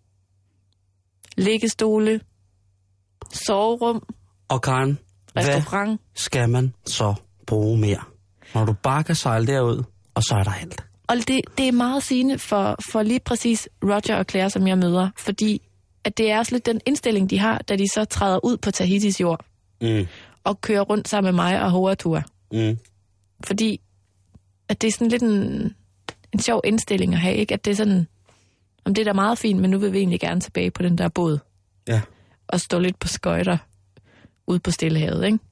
liggestole, soverum, Og Karen, restaurant. hvad skal man så bruge mere? Når du bare kan sejle derud, og så er der alt. Og det, det er meget sigende for, for lige præcis Roger og Claire, som jeg møder, fordi at det er også lidt den indstilling, de har, da de så træder ud på Tahitis jord Mm. og kører rundt sammen med mig og Hoa-tur. Mm. Fordi at det er sådan lidt en, en sjov indstilling at have, ikke? At det er sådan, om det er da meget fint, men nu vil vi egentlig gerne tilbage på den der båd. Ja. Og stå lidt på skøjter ude på Stillehavet, ikke?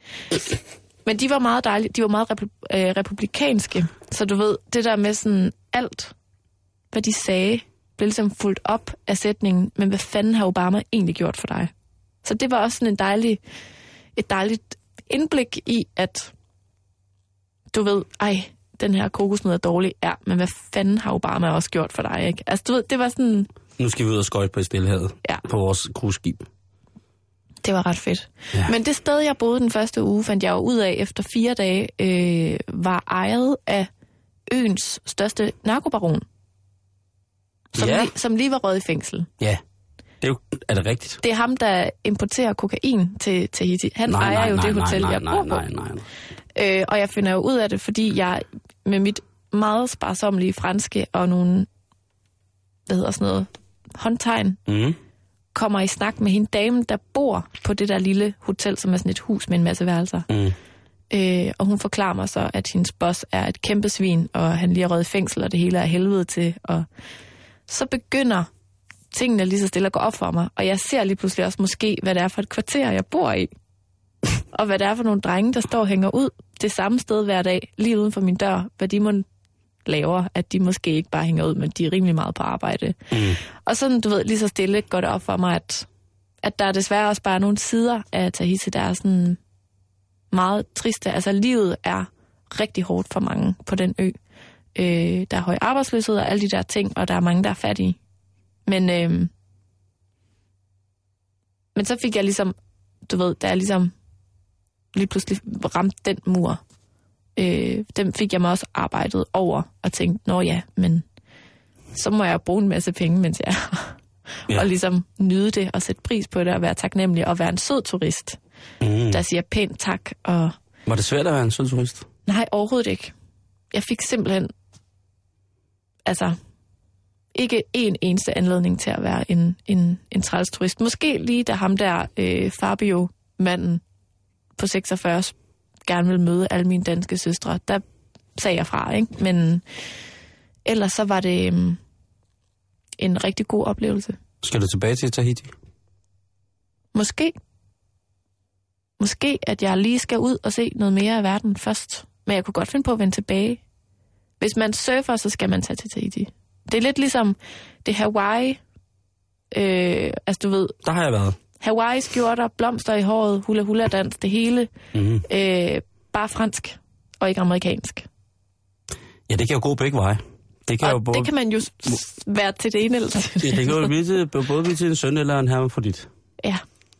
Men de var meget dejlige, de var meget repu- øh, republikanske, så du ved, det der med sådan alt, hvad de sagde, blev ligesom fuldt op af sætningen, men hvad fanden har Obama egentlig gjort for dig? Så det var også sådan en dejlig, et dejligt indblik i, at du ved, ej, den her kokosnød er dårlig, ja, men hvad fanden har Obama også gjort for dig, ikke? Altså, du ved, det var sådan... Nu skal vi ud og skøjte på Stillehavet. Ja. På vores cruiseskib. Det var ret fedt. Ja. Men det sted, jeg boede den første uge, fandt jeg jo ud af efter fire dage, øh, var ejet af øens største narkobaron, som, Ja. lige, som lige var røget i fængsel. Ja. Det er jo... Er det rigtigt? Det er ham, der importerer kokain til Tahiti. Han Nej, ejer nej, jo nej, det nej, hotel, nej, jeg nej, bor på. nej, nej, nej. Øh, og jeg finder jo ud af det, fordi jeg med mit meget sparsommelige franske og nogle, hvad hedder sådan noget, håndtegn, Mm. kommer i snak med hende dame, der bor på det der lille hotel, som er sådan et hus med en masse værelser. Mm. Øh, og hun forklarer mig så, at hendes boss er et kæmpe svin, og han lige er røget i fængsel, og det hele er helvede til. Og så begynder tingene lige så stille at gå op for mig, og jeg ser lige pludselig også måske, hvad det er for et kvarter, jeg bor i. Og hvad det er for nogle drenge, der står og hænger ud det samme sted hver dag, lige uden for min dør, hvad de må laver, at de måske ikke bare hænger ud, men de er rimelig meget på arbejde. Mm. Og sådan, du ved, lige så stille går det op for mig, at, at der er desværre også bare nogle sider af Tahiti, der er sådan meget triste. Altså, livet er rigtig hårdt for mange på den ø. Øh, der er høj arbejdsløshed og alle de der ting, og der er mange, der er fattige. Men, øh, men så fik jeg ligesom, du ved, der er ligesom lige pludselig ramt den mur. Øh, den fik jeg mig også arbejdet over og tænkt, nå ja, men så må jeg bruge en masse penge, mens jeg er ja. Og ligesom nyde det og sætte pris på det og være taknemmelig og være en sød turist, mm. der siger pænt tak. Og Var det svært at være en sød turist? nej, overhovedet ikke. Jeg fik simpelthen altså ikke en eneste anledning til at være en, en, en træls turist. Måske lige da ham der øh, Fabio-manden på seksogfyrre gerne vil møde alle mine danske søstre, der sagde jeg fra, ikke? Men ellers så var det um, en rigtig god oplevelse. Skal du tilbage til Tahiti? Måske. Måske, at jeg lige skal ud og se noget mere af verden først. Men jeg kunne godt finde på at vende tilbage. Hvis man surfer, så skal man tage til Tahiti. Det er lidt ligesom det Hawaii. Øh, altså du ved... Der har jeg været. Hawaii-skjorter, blomster i håret, hula-hula-dans, det hele. Mm. Øh, bare fransk og ikke amerikansk. Ja, det kan jo gå begge veje. Det kan, og jo både... det kan man jo s- være til det ene eller til det Ja, det kan jo blive til, både blive til en søn eller en hermafrodit. Ja.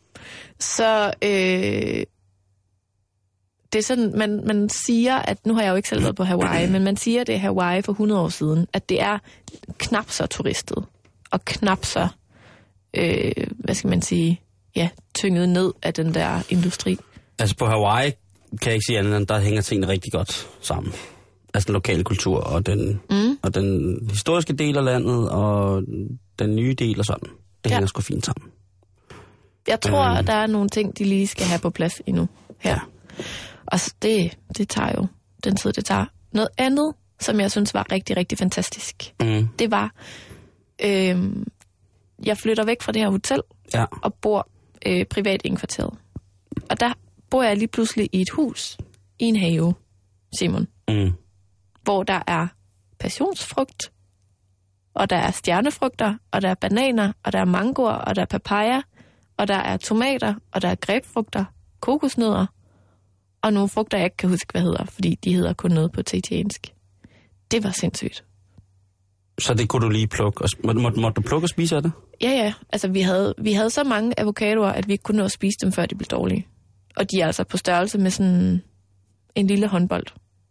Så øh, det er sådan, man, man siger, at nu har jeg jo ikke selv været på Hawaii, men man siger, at det er Hawaii for hundrede år siden, at det er knap så turistet, og knap så, øh, hvad skal man sige, ja, tynget ned af den der industri. Altså på Hawaii kan jeg ikke sige andet, end der hænger tingene rigtig godt sammen. Altså den lokale kultur og den, mm. og den historiske del af landet og den nye del og sådan. Det ja. hænger sgu fint sammen. Jeg tror, øhm. at der er nogle ting, de lige skal have på plads endnu her. Ja. Og det, det tager jo den tid, det tager. Noget andet, som jeg synes var rigtig, rigtig fantastisk, mm. det var, øh, jeg flytter væk fra det her hotel ja. og bor øh, privat indkvarteret. Og der bor jeg lige pludselig i et hus, i en have, Simon, mm. hvor der er passionsfrugt, og der er stjernefrugter, og der er bananer, og der er mangoer, og der er papaya, og der er tomater, og der er grapefrugter, kokosnødder, og nogle frugter, jeg ikke kan huske, hvad hedder, fordi de hedder kun noget på tahitiansk. Det var sindssygt. Så det kunne du lige plukke? Og, må, må, måtte du plukke og spise af det? Ja, ja. Altså, vi havde, vi havde så mange avocadoer, at vi ikke kunne nå at spise dem, før de blev dårlige. Og de er altså på størrelse med sådan en lille håndbold.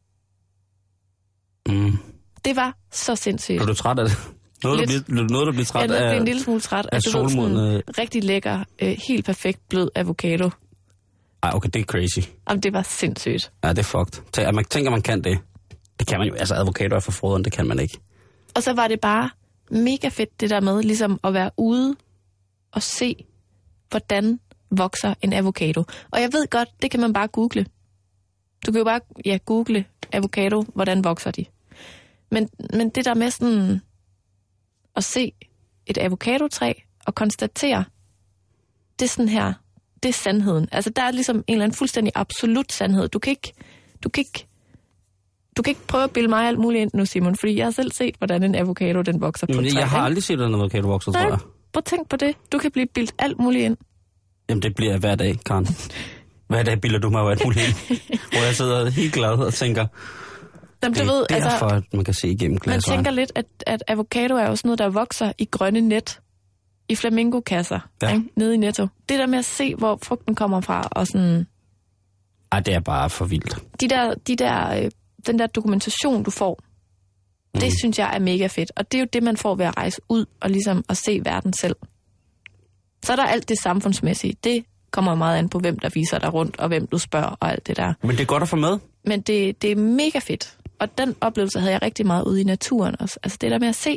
Mm. Det var så sindssygt. Er du træt af det? Noget, du bliver, noget, du bliver træt af? Jeg af, en lille smule træt af, af solmodne... Rigtig lækker, øh, helt perfekt blød avocado. Ej, okay, det er crazy. Jamen, det var sindssygt. Ja, det er fucked. Man tænker, man kan det. Det kan man jo. Altså, avocado er for froderen, det kan man ikke. Og så var det bare mega fedt, det der med ligesom at være ude og se, hvordan vokser en avocado. Og jeg ved godt, det kan man bare google. Du kan jo bare ja, google avocado, hvordan vokser de. Men, men det der med sådan at se et avocadotræ og konstatere, det er sådan her, det er sandheden. Altså der er ligesom en eller anden fuldstændig absolut sandhed. Du kan ikke, du kan ikke, du kan ikke prøve at bilde mig alt muligt ind nu, Simon, fordi jeg har selv set, hvordan en avocado den vokser på et træ. Jeg har aldrig set, hvordan en avocado vokser, tror jeg. Nej, prøv at tænk på det. Du kan blive bildt alt muligt ind. Jamen det bliver hver dag, Karen. Hver dag bilder du mig jo alt muligt ind. Hvor jeg sidder helt glad og tænker, Jamen, det er ved, derfor, altså, at man kan se igennem glasvejen. Man tænker lidt, at, at avocado er jo sådan noget, der vokser i grønne net, i flamingokasser, ja. Ikke? Nede i Netto. Det der med at se, hvor frugten kommer fra, og sådan... Ej, det er bare for vildt. De der, de der, øh, den der dokumentation, du får, mm. det synes jeg er mega fedt. Og det er jo det, man får ved at rejse ud og ligesom at se verden selv. Så er der alt det samfundsmæssige. Det kommer meget an på, hvem der viser dig rundt, og hvem du spørger, og alt det der. Men det er godt at få med. Men det, det er mega fedt. Og den oplevelse havde jeg rigtig meget ude i naturen også. Altså det der med at se.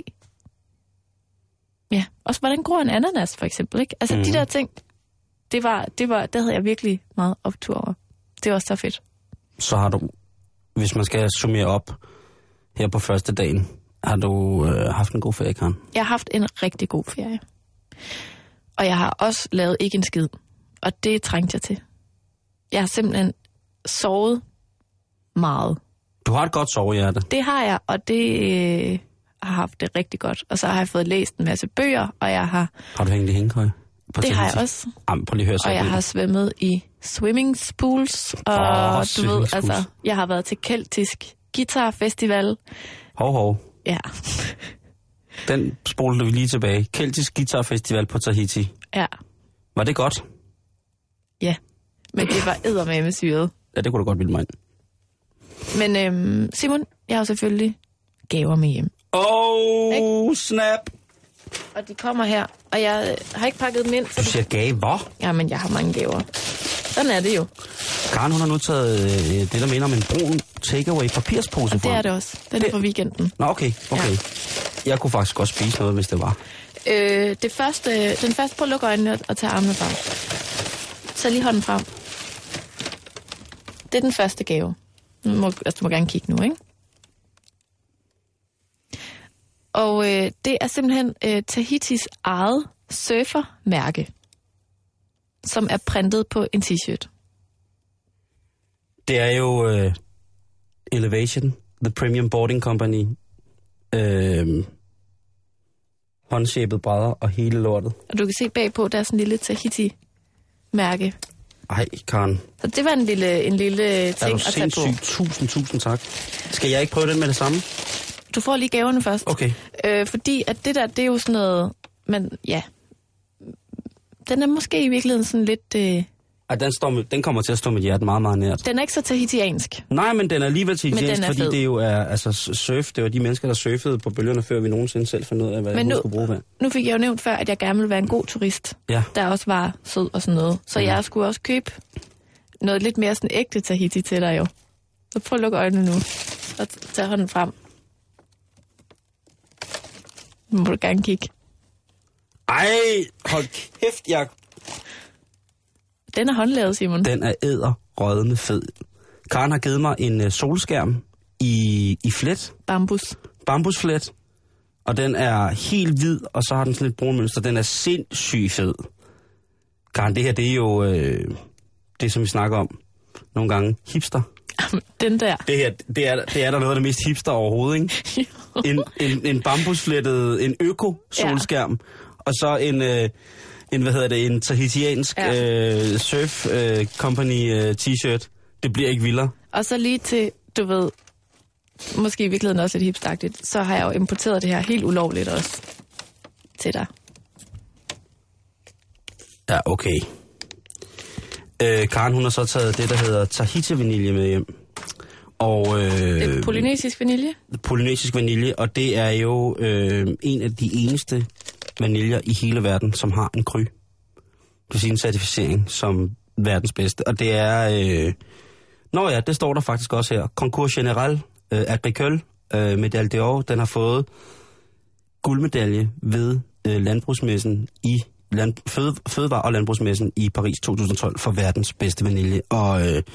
Ja, også hvordan gror en ananas, for eksempel, ikke? Altså mm. de der ting, det var, det var, det havde jeg virkelig meget optur over. Det var så fedt. Så har du, hvis man skal summere op her på første dagen, har du øh, haft en god ferie, Karen? Jeg har haft en rigtig god ferie. Og jeg har også lavet ikke en skid. Og det trængte jeg til. Jeg har simpelthen sovet meget. Du har et godt sovehjerte. Det har jeg, og det øh, har haft det rigtig godt. Og så har jeg fået læst en masse bøger, og jeg har... Har du hængt i hængekøj? Det har jeg også. Jamen, prøv lige at høre så. Og jeg har svømmet i swimmingpools, og oh, du ved, altså, jeg har været til keltisk guitarfestival. Hov, hov. Ja. Den spolede vi lige tilbage. Keltisk guitarfestival på Tahiti. Ja. Var det godt? Ja, men det var eddermame syret. Ja, det kunne du godt bilde mig ind. Men øhm, Simon, jeg har selvfølgelig gaver med hjem. Oh, snap! Og de kommer her, og jeg har ikke pakket dem ind. Du siger gaver? Ja, men jeg har mange gaver. Sådan er det jo. Karen, hun har nu taget øh, det, der minder om en brun takeaway papirspose. Og det er det også. Den det... er fra weekenden. Nå, okay, okay. Ja. Jeg kunne faktisk også spise noget, hvis det var. Øh, det første, den første, prøv at lukke øjnene og tage armene frem. Tag lige hånden frem. Det er den første gave. Du må, altså, du må gerne kigge nu, ikke? Og øh, det er simpelthen øh, Tahitis eget surfermærke, som er printet på en t-shirt. Det er jo øh, Elevation, The Premium Boarding Company, øh, håndshapet brædder og hele lortet. Og du kan se bagpå, der er sådan en lille Tahiti-mærke. Ej, Karen. Så det var en lille, en lille ting at tage på. Tusind, tusind tak. Skal jeg ikke prøve den med det samme? Du får lige gaverne først. Okay. Øh, fordi at det der, det er jo sådan noget, men ja, den er måske i virkeligheden sådan lidt... Øh... Ej, den, står med, den kommer til at stå med hjertet meget, meget nært. Den er ikke så tahitiansk. Nej, men den er alligevel tahitiansk, fordi fed. Det jo er, altså surf, det var de mennesker, der surfede på bølgerne, før vi nogensinde selv fandt ud af, hvad men jeg nu, skulle bruge ved. Nu fik jeg jo nævnt før, at jeg gerne ville være en god turist, ja. Der også var sød og sådan noget. Så mm. jeg skulle også købe noget lidt mere sådan ægte Tahiti til dig jo. Så prøv at lukke øjnene nu, og tage hånden frem. Nu må du gerne kigge. Ej, hold kæft, jeg... Den er håndlavet, Simon. Den er æderrødende fed. Karen har givet mig en uh, solskærm i, i flet. Bambus. Bambusflet. Og den er helt hvid, og så har den sådan lidt brun mønster. Den er sindssygt fed. Karen, det her, det er jo øh, det, som vi snakker om nogle gange. Hipster. Den der. Det her, det er, det er der noget af det mest hipster overhovedet, ikke? en, en, en bambusflettet, en øko-solskærm, ja. Og så en, øh, en, hvad hedder det, en tahitiansk ja. øh, surf øh, company øh, t-shirt. Det bliver ikke vildere. Og så lige til, du ved, måske i virkeligheden også lidt hipstagtigt, så har jeg jo importeret det her helt ulovligt også til dig. Ja, okay. Øh, Karen, hun har så taget det, der hedder Tahiti-vanilje med hjem. Og, øh, det er polynesisk vanilje? Polynesisk vanilje, og det er jo øh, en af de eneste vaniljer i hele verden, som har en kry. Det vil sige en certificering som verdens bedste. Og det er... Øh, nå ja, det står der faktisk også her. Concours General øh, Agricole øh, Medaille d'Or, den har fået guldmedalje ved øh, landbrugsmessen i land, føde, Fødevare- og Landbrugsmessen i Paris to tusind og tolv for verdens bedste vanilje. Og øh,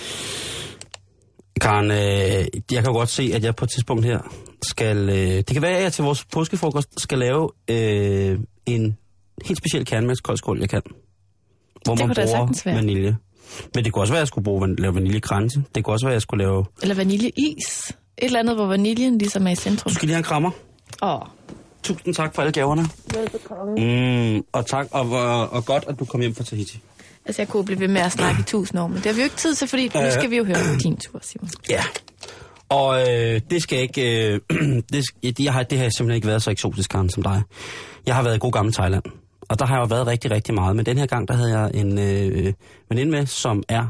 Karen, øh, jeg kan jo godt se, at jeg på et tidspunkt her skal... Øh, det kan være, at jeg til vores påskefrokost skal lave øh, en helt speciel kærnemælkskoldskål, jeg kan. Hvor det man bruger vanilje. Men det kunne også være, at jeg skulle bruge, lave vaniljekranse. Det kunne også være, at jeg skulle lave... Eller vaniljeis. Et eller andet, hvor vaniljen ligesom er i centrum. Du skal lige have en krammer. Åh. Oh. Tusind tak for alle gaverne. Velbekomme. Mm, og tak, og, og, og godt, at du kom hjem fra Tahiti. Altså, jeg kunne blive ved med at snakke i tusind år, men det har vi jo ikke tid til, fordi nu skal vi jo høre på din tur, Simon. Ja, og øh, det skal ikke... Øh, det, jeg har, det har simpelthen ikke været så eksotisk, Karen, som dig. Jeg har været i god gammel Thailand, og der har jeg jo været rigtig, rigtig meget. Men den her gang, der havde jeg en øh, veninde med, som er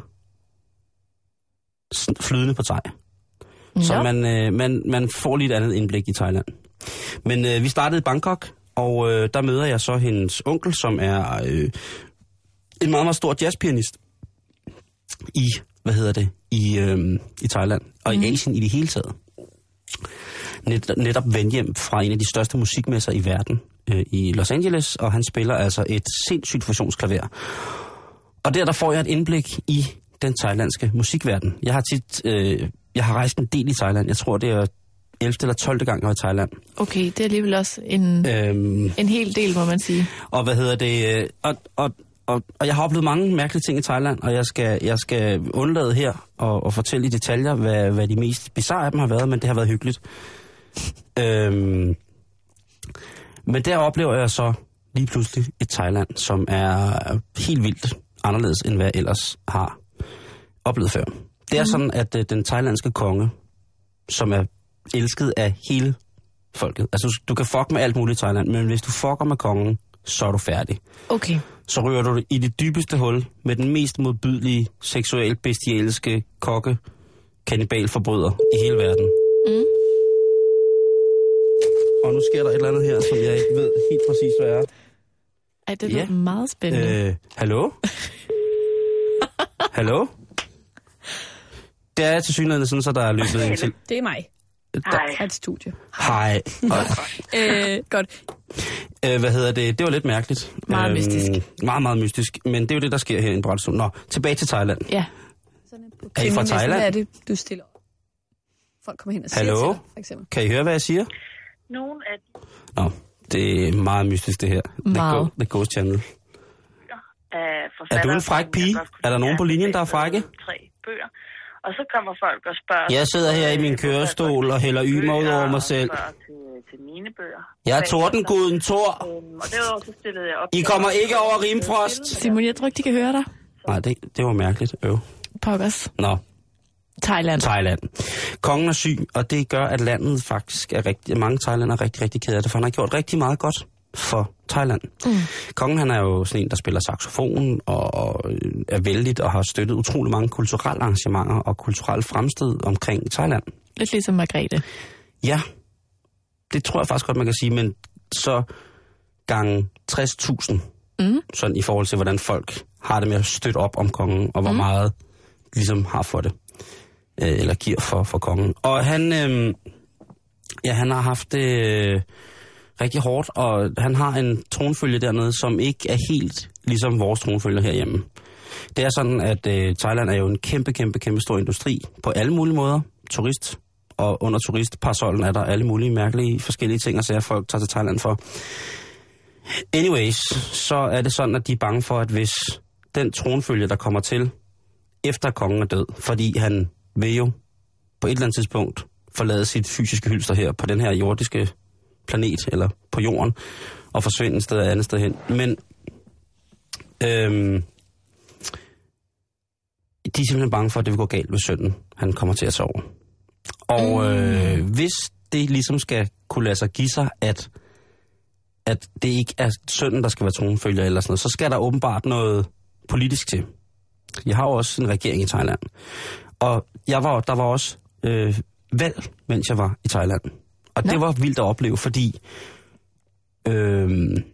flydende på thai. Ja. Så man, øh, man, man får lidt andet indblik i Thailand. Men øh, vi startede i Bangkok, og øh, der møder jeg så hendes onkel, som er øh, en meget, meget stor jazzpianist i, hvad hedder det, i, øh, i Thailand, og mm. i Asien i det hele taget. Net, netop vendt hjem fra en af de største musikmesser i verden, øh, i Los Angeles, og han spiller altså et sindssygt fusionsklaver. Og der, der får jeg et indblik i den thailandske musikverden. Jeg har tit, øh, jeg har rejst en del i Thailand. Jeg tror, det er ellevte eller tolvte gang, jeg var i Thailand. Okay, det er alligevel også en, øhm, en hel del, må man sige. Og hvad hedder det? Og, og, og, og jeg har oplevet mange mærkelige ting i Thailand, og jeg skal, jeg skal undlade her og, og fortælle i detaljer, hvad, hvad de mest bizarre af dem har været, men det har været hyggeligt. øhm, men der oplever jeg så lige pludselig et Thailand, som er helt vildt anderledes, end hvad jeg ellers har oplevet før. Det er mm. sådan, at øh, den thailandske konge, som er elsket af hele folket. Altså, du, du kan fuck med alt muligt i Thailand, men hvis du fucker med kongen, så er du færdig. Okay. Så ryger du i det dybeste hul med den mest modbydelige, seksuelt bestialske kokke, kannibalforbryder i hele verden. Mm. Og nu sker der et eller andet her, som jeg ikke ved helt præcis, hvad er. Ej, det er ja. meget spændende. Øh, hallo? Hallo? Det er til synligheden sådan, så der er løbet ind til... Det er mig. Hej. Hej. Et studie. Hej. øh, godt. Øh, hvad hedder det? Det var lidt mærkeligt. Meget øhm, mystisk. Meget, meget mystisk. Men det er jo det, der sker her i en brætstol. Nå, tilbage til Thailand. Ja. Er I fra Thailand? Hvad er det, du stiller? Folk kommer hen og siger Hallo? til dig, for eksempel. Kan I høre, hvad jeg siger? Nogen af de... Nå, det er meget mystisk, det her. Meget. The, go, the Ghost Channel. Uh, er du en fræk pige? Er der nogen på linjen, der er frække? Tre bøger. Og så kommer folk og spørger... Jeg sidder her i min kørestol og hælder ymer ud over mig selv. Til, til mine bøger. Jeg er Tordenguden Thor. Um, og derudover så stillede jeg op... I kommer ikke over Rimfrost. Simon, jeg tror ikke, de kan høre dig. Nej, det, det var mærkeligt. Øv. Pokkers. Nå. Thailand. Thailand. Kongen er syg, og det gør, at landet faktisk er rigtig... Mange thailander er rigtig, rigtig ked af det, for han har gjort rigtig meget godt for Thailand. Mm. Kongen, han er jo sådan en, der spiller saxofon og, og er vældigt og har støttet utrolig mange kulturelle arrangementer og kulturelle fremstød omkring Thailand. Lidt ligesom Margrethe. Ja, det tror jeg faktisk godt, man kan sige, men så gange tres tusind, mm. sådan i forhold til, hvordan folk har det med at støtte op om kongen, og hvor mm. meget ligesom har for det, øh, eller giver for, for kongen. Og han, øh, ja, han har haft det... Øh, rigtig hårdt, og han har en tronfølge dernede, som ikke er helt ligesom vores tronfølger herhjemme. Det er sådan, at øh, Thailand er jo en kæmpe, kæmpe, kæmpe stor industri på alle mulige måder. Turist, og under turistparasollen er der alle mulige mærkelige forskellige ting, og så folk tager til Thailand for. Anyways, så er det sådan, at de er bange for, at hvis den tronfølge, der kommer til, efter kongen er død, fordi han vil jo på et eller andet tidspunkt forlade sit fysiske hylster her på den her jordiske planet, eller på jorden, og forsvinde et sted og andet sted hen. Men øhm, de er simpelthen bange for, at det vil gå galt, hvis sønnen han kommer til at sove. Og øh, hvis det ligesom skal kunne lade sig give sig, at, at det ikke er sønnen, der skal være tronfølger eller sådan noget, så skal der åbenbart noget politisk til. Jeg har jo også en regering i Thailand. Og jeg var, der var også øh, valg, mens jeg var i Thailand. Og Nå. det var vildt at opleve, fordi øh,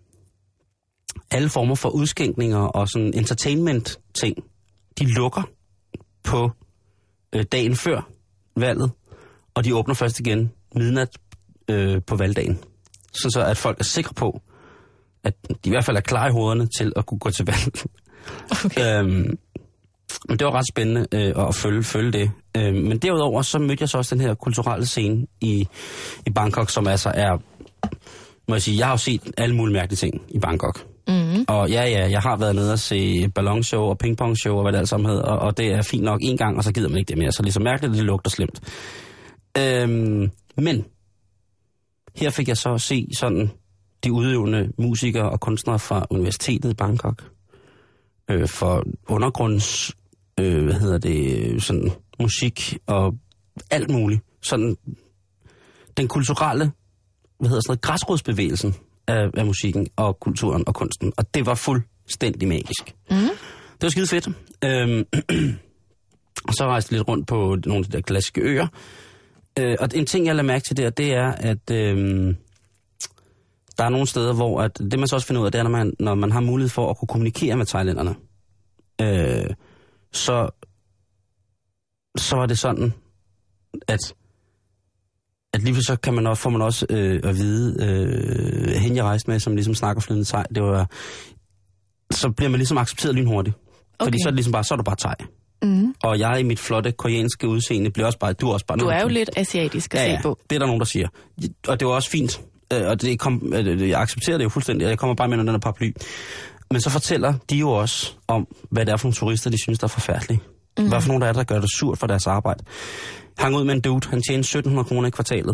alle former for udskænkninger og sådan entertainment-ting, de lukker på øh, dagen før valget, og de åbner først igen midnat øh, på valgdagen. Så, så at folk er sikre på, at de i hvert fald er klar i hovederne til at kunne gå til valg. Okay. øhm, men det var ret spændende øh, at følge, følge det. Øh, men derudover så mødte jeg så også den her kulturelle scene i, i Bangkok, som altså er, må jeg sige, jeg har jo set alle mulige mærkelige ting i Bangkok. Mm-hmm. Og ja, ja, jeg har været nede og se ballonshow og pingpongshow og hvad det alt sammen hedder, og, og det er fint nok en gang, og så gider man ikke det mere. Så ligesom mærkeligt, det lugter slemt. Øhm, men her fik jeg så at se sådan de udøvende musikere og kunstnere fra Universitetet i Bangkok. Øh, for undergrunds, øh, hvad hedder det, sådan musik og alt muligt. Sådan den kulturelle, hvad hedder sådan noget, græsrodsbevægelsen af, af musikken og kulturen og kunsten. Og det var fuldstændig magisk. Mm. Det var skide fedt. Øhm, og så rejste jeg lidt rundt på nogle af de der klassiske øer. Øh, og en ting, jeg lader mærke til der, det er, at øh, der er nogle steder, hvor at, det man så også finder ud af, det er, når man, når man har mulighed for at kunne kommunikere med thailænderne. Øh, så, så var det sådan, at at lige så kan man også, får man også øh, at vide, øh, hende jeg rejste med, som ligesom snakker flydende thai, det var, så bliver man ligesom accepteret lynhurtigt. Okay. Fordi så er det ligesom bare, så er du bare thai. Mm. Og jeg i mit flotte koreanske udseende bliver også bare, du er også bare... Du er jo lidt asiatisk at ja, se på. det er der nogen, der siger. Og det var også fint. Og det kom, jeg accepterer det jo fuldstændig, og jeg kommer bare med under den her paraply. Men så fortæller de jo også om, hvad det er for nogle turister, de synes, der er forfærdelige. Mm. Hvad for nogle der er, der gør det surt for deres arbejde. Hang ud med en dude, han tjente sytten hundrede kroner i kvartalet.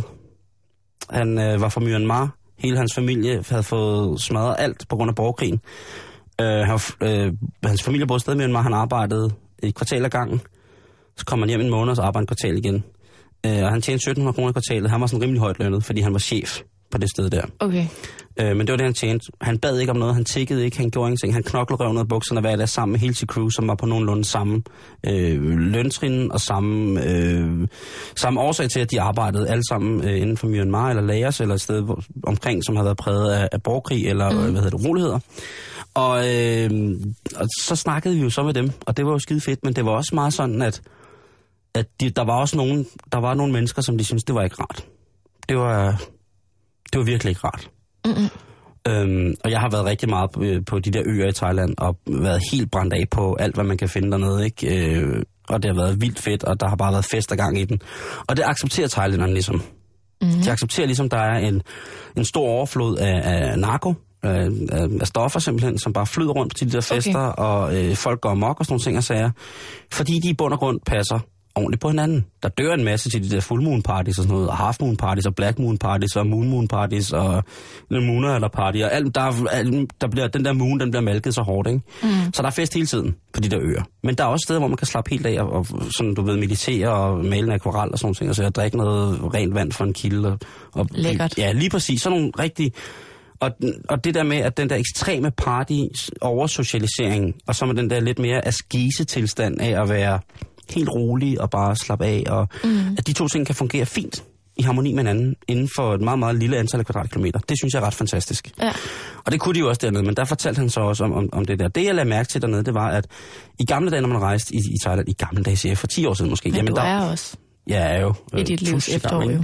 Han øh, var fra Myanmar. Hele hans familie havde fået smadret alt på grund af borgerkrigen. Øh, han, øh, hans familie boede stadig i Myanmar, han arbejdede et kvartal ad gangen. Så kom han hjem en måned, og så arbejdede et kvartal igen. Øh, og han tjente sytten hundrede kroner i kvartalet. Han var sådan rimelig højt lønnet, fordi han var chef på det sted der. Okay. Øh, men det var det, han tjente. Han bad ikke om noget, han tikkede ikke, han gjorde ingenting. Han knoklede røv ned af bukserne hver dag sammen med hele sit crew, som var på nogenlunde samme øh, løntrin og samme, øh, samme årsag til, at de arbejdede alle sammen øh, inden for Myanmar eller Laos eller et sted hvor, omkring, som havde været præget af, af borgerkrig eller mm. hvad hedder det, uroligheder. Og, øh, og så snakkede vi jo så med dem, og det var jo skide fedt, men det var også meget sådan, at, at de, der var også nogen, der var nogle mennesker, som de syntes, det var ikke rart. Det var... Det var virkelig ikke rart. Mm-hmm. Øhm, og jeg har været rigtig meget på, på de der øer i Thailand, og været helt brændt af på alt, hvad man kan finde dernede, ikke? Øh, og det har været vildt fedt, og der har bare været fest og gang i den. Og det accepterer thailænderne ligesom. Mm-hmm. De accepterer ligesom, der er en, en stor overflod af, af narko, af, af stoffer simpelthen, som bare flyder rundt til de der fester, okay. og øh, folk går amok og sådan nogle ting og sager. Fordi de i bund og grund passer ordentligt på hinanden. Der dør en masse til de der full moon parties og sådan noget, og half moon parties og black moon parties og moon moon parties og mooner eller party og alt, der, der bliver, den der moon, den bliver malket så hårdt, ikke? Mm. Så der er fest hele tiden på de der øer. Men der er også steder, hvor man kan slappe helt af og, og sådan, du ved, meditere og male en akvarel og sådan ting, og så jeg drikke noget rent vand fra en kilde. Og, og, lækkert. Ja, lige præcis. Sådan nogle rigtig... Og, og det der med, at den der ekstreme party oversocialisering, og så med den der lidt mere askese-tilstand af at være helt rolig og bare slappe af, og mm. at de to ting kan fungere fint i harmoni med hinanden inden for et meget, meget lille antal af kvadratkilometer. Det synes jeg er ret fantastisk. Ja. Og det kunne de jo også dernede, men der fortalte han så også om, om, om det der. Det, jeg lagde mærke til dernede, det var, at i gamle dage, når man rejste i, i Thailand, i gamle dage, siger jeg, for ti år siden måske. Men jamen, du der, er også ja, er jo, i dit øh, livs efterår jo.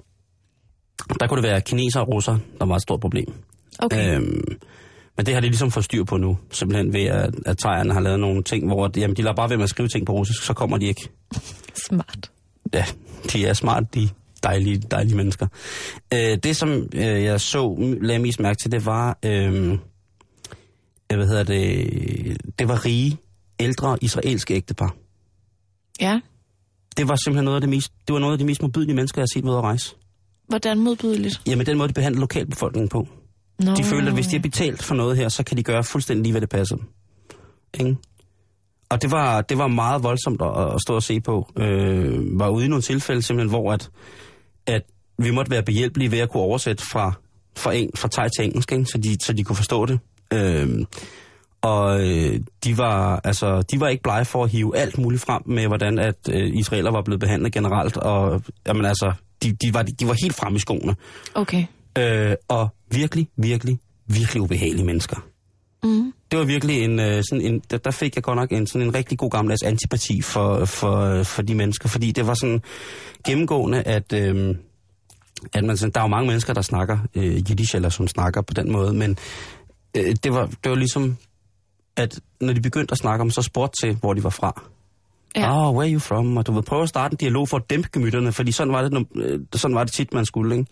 Der kunne det være kineser og russer, der var et stort problem. Okay. Øhm, men det har de ligesom fået styr på nu, simpelthen ved, at, at thaierne har lavet nogle ting, hvor jamen, de lader bare ved med at skrive ting på russisk, så kommer de ikke. Smart. Ja, de er smart, de dejlige, dejlige mennesker. Øh, det, som øh, jeg så, lagde mest mærke til, det var, øh, hvad hedder det, det var rige, ældre israelske ægtepar. Ja. det var simpelthen noget af det mest, det var noget af de mest modbydelige mennesker, jeg har set ved at rejse. Hvordan modbydeligt? Jamen, den måde, de behandler lokalbefolkningen på. Nå. De føler, at hvis de har betalt for noget her, så kan de gøre fuldstændig lige, hvad det passer dem. Ikke? Og det var, det var meget voldsomt at, at stå og se på. Øh, var ude i nogle tilfælde simpelthen, hvor at, at vi måtte være behjælpelige ved at kunne oversætte fra, fra, en, fra thai til engelsk, ikke? Så, de, så de kunne forstå det. Øh, og øh, de var altså de var ikke blege for at hive alt muligt frem med, hvordan at øh, israeler var blevet behandlet generelt. Og jamen altså, de, de, var, de var helt fremme i skoene. Okay. Øh, og virkelig, virkelig, virkelig ubehagelige mennesker. Mm. Det var virkelig en, sådan en, der, der fik jeg godt nok en, sådan en rigtig god gammeldags antipati for, for, for de mennesker, fordi det var sådan gennemgående, at, øh, at man, der er jo mange mennesker, der snakker øh, jiddisch, eller som snakker på den måde, men øh, det, var, det var ligesom, at når de begyndte at snakke om, så spurgte til, hvor de var fra. Ja. Oh, where are you from? Og du vil prøve at starte en dialog for at dæmpe gemytterne, fordi sådan var det, øh, sådan var det tit, man skulle, ikke?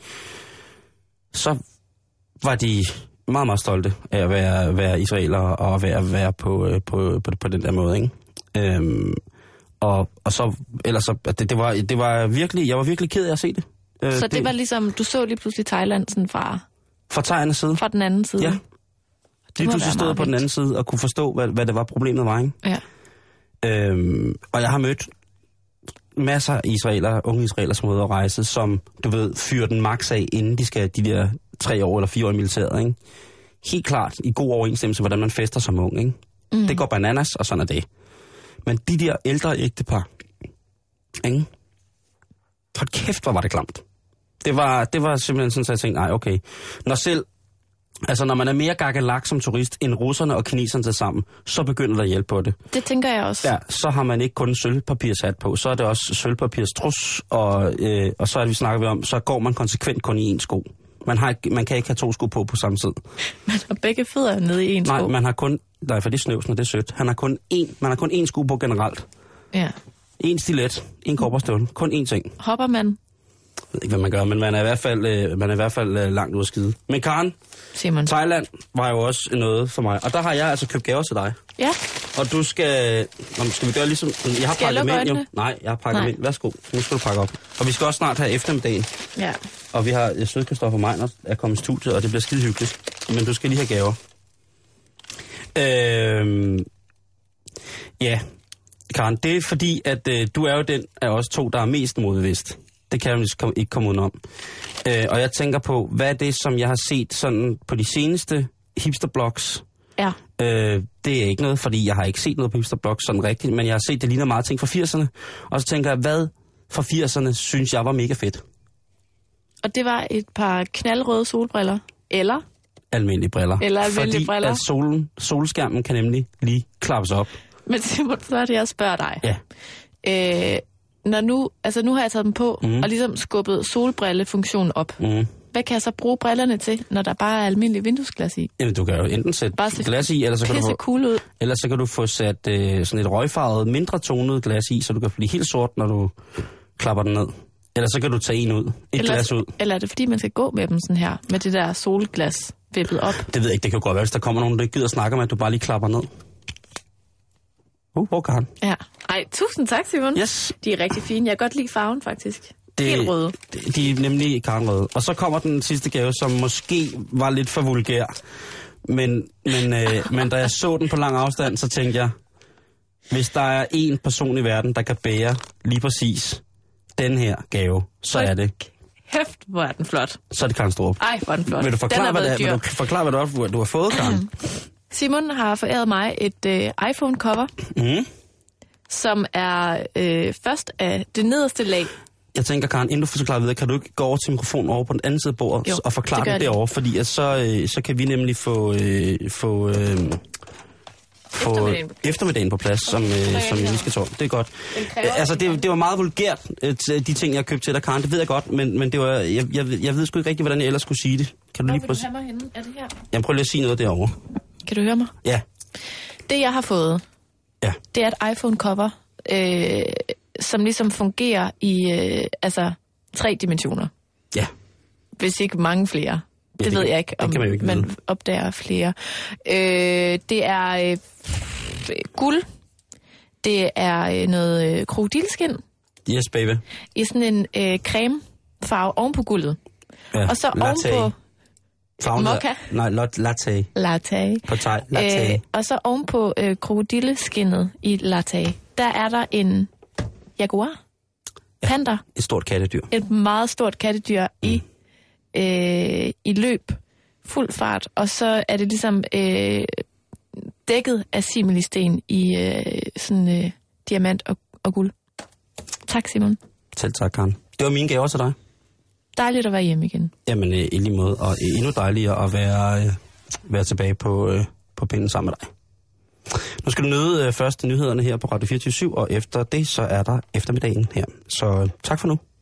Så var de meget, meget stolte af at være, være israelere og være, at være på, på, på, på den der måde, ikke? Øhm, og, og så, ellers så, det, det, var, det var virkelig, jeg var virkelig ked af at se det. Øh, så det, det var ligesom, du så lige pludselig Thailand sådan fra... Fra thaiernes side? Fra den anden side? Ja. Lige pludselig stod på den anden side og kunne forstå, hvad, hvad det var problemet var, ikke? Ja. Øhm, og jeg har mødt masser af israelere, unge israelere, som er ude at rejse, som, du ved, fyrer den max af, inden de skal de der tre år eller fire år i militæret, ikke? Helt klart i god overensstemmelse, hvordan man fester som ung, ikke? Mm. Det går bananas, og sådan er det. Men de der ældre ægtepar, ikke? Hold kæft, hvor var det klamt. Det var, det var simpelthen sådan, at jeg tænkte, nej, okay. Når selv, altså når man er mere gakkelak som turist, end russerne og kineserne til sammen, så begynder der at hjælpe på det. Det tænker jeg også. Ja, så har man ikke kun sølvpapirshat på, så er det også sølvpapirstrus, og, øh, og så er det, vi snakker vi om, så går man konsekvent kun i en sko. Man, har, man kan ikke have to sko på på samme tid. Man har begge fødder nede i en sko. Nej, man har kun, nej, for det er snøvsen, og det er sødt. Han har kun én, man har kun én sko på generelt. Ja. En stilet, en kobberstøvle, kun én ting. Hopper man? Jeg ved ikke, hvad man gør, men man er i hvert fald, øh, man er i hvert fald øh, langt ude at skide. Men Karen, Simon. Thailand var jo også noget for mig, og der har jeg altså købt gaver til dig. Ja. Og du skal, nå, skal vi gøre ligesom, jeg har skal pakket jeg med, jo. Nej, jeg har pakket Nej. med. Værsgo, nu skal du pakke op. Og vi skal også snart have eftermiddagen. Ja. Og vi har Sød Kristoffer Meiner er kommet i studiet, og det bliver skide hyggeligt. Men du skal lige have gaver. Øhm, ja, Karen, det er fordi, at øh, du er jo den af os to, der er mest modbevidst. Det kan jeg jo ikke komme udenom. Øh, og jeg tænker på, hvad er det, som jeg har set sådan på de seneste hipsterblogs? Ja. Øh, det er ikke noget, fordi jeg har ikke set noget på hipsterblogs sådan rigtigt, men jeg har set, det ligner meget ting fra firserne. Og så tænker jeg, hvad fra firserne synes jeg var mega fedt? Og det var et par knaldrøde solbriller, eller? Almindelige briller. Eller almindelige fordi briller. Fordi solen, solskærmen kan nemlig lige klappes op. Men Simon, så er det, jeg spørger dig. Ja. Øh, når nu, altså nu har jeg taget dem på, mm. og ligesom skubbet solbrillefunktionen op. Mm. Hvad kan jeg så bruge brillerne til, når der bare er almindelig vinduesglas i? Jamen, du kan jo enten sætte glas i, eller så kan, du få, cool ud. eller så kan du få sat øh, sådan et røgfarvet, mindre tonet glas i, så du kan blive helt sort, når du klapper den ned. Eller så kan du tage en ud. Et eller, glas ud. Eller er det fordi, man skal gå med dem sådan her, med det der solglas vippet op? Det ved jeg ikke, det kan godt være, hvis der kommer nogen, der ikke gider snakke med, at du bare lige klapper ned. Uh, hvor kan han? Ja. Ej, tusind tak, Simon. Yes. De er rigtig fine. Jeg kan godt lide farven, faktisk. Det, Helt røde. De, de er nemlig karenrøde. Og så kommer den sidste gave, som måske var lidt for vulgær. Men, men, øh, men da jeg så den på lang afstand, så tænkte jeg, hvis der er en person i verden, der kan bære lige præcis den her gave, så er det... Hæft, hvor er den flot. Så er det Karen Strup. Ej, hvor er den flot. Vil du forklare, hvad, det, vil du forklare, hvad du, du har fået, Karen? Simon har foræret mig et øh, iPhone-cover, mm. som er øh, først af det nederste lag. Jeg tænker, Karen, inden du får forklaret videre, kan du ikke gå over til mikrofonen over på den anden side af bordet jo, og forklare det, det derovre, fordi at så, øh, så kan vi nemlig få, øh, få, øh, få eftermiddagen, på eftermiddagen på plads, som, øh, som vi skal tage. Det er godt. Altså, det, det var meget vulgært, de ting, jeg købte til dig, Karen, det ved jeg godt, men, men det var, jeg, jeg, jeg ved sgu ikke rigtig, hvordan jeg ellers skulle sige det. Kan du lige prøve at sige? Hvor vil du have mig henne? Er det her? Jeg prøver lige at sige noget derovre. Kan du høre mig? Ja. Det, jeg har fået, ja. det er et iPhone-cover, øh, som ligesom fungerer i øh, altså tre dimensioner. Ja. Hvis ikke mange flere. Ja, det, det ved jeg ikke, om man, ikke man opdager flere. Øh, det er øh, guld. Det er øh, noget øh, krokodilskin. Yes, baby. I sådan en øh, cremefarve oven på guldet. Ja, Og så latte. oven på Farven Mokka. Nej, lot, latte. latte. På thai. Latte. Øh, og så oven på øh, krokodilleskinnet i latte, der er der en jaguar. Ja, Panda. et stort kattedyr. Et meget stort kattedyr mm. i, øh, i løb. Fuld fart. Og så er det ligesom øh, dækket af similisten i øh, sådan øh, diamant og, og guld. Tak, Simon. Selv tak, Karen. Det var mine gaver til dig. Dejligt at være hjemme igen. Jamen, øh, i lige måde. Og øh, endnu dejligere at være, øh, være tilbage på, øh, på pinden sammen med dig. Nu skal du nyde øh, først nyhederne her på Radio fireogtyve syv, og efter det, så er der eftermiddagen her. Så øh, tak for nu.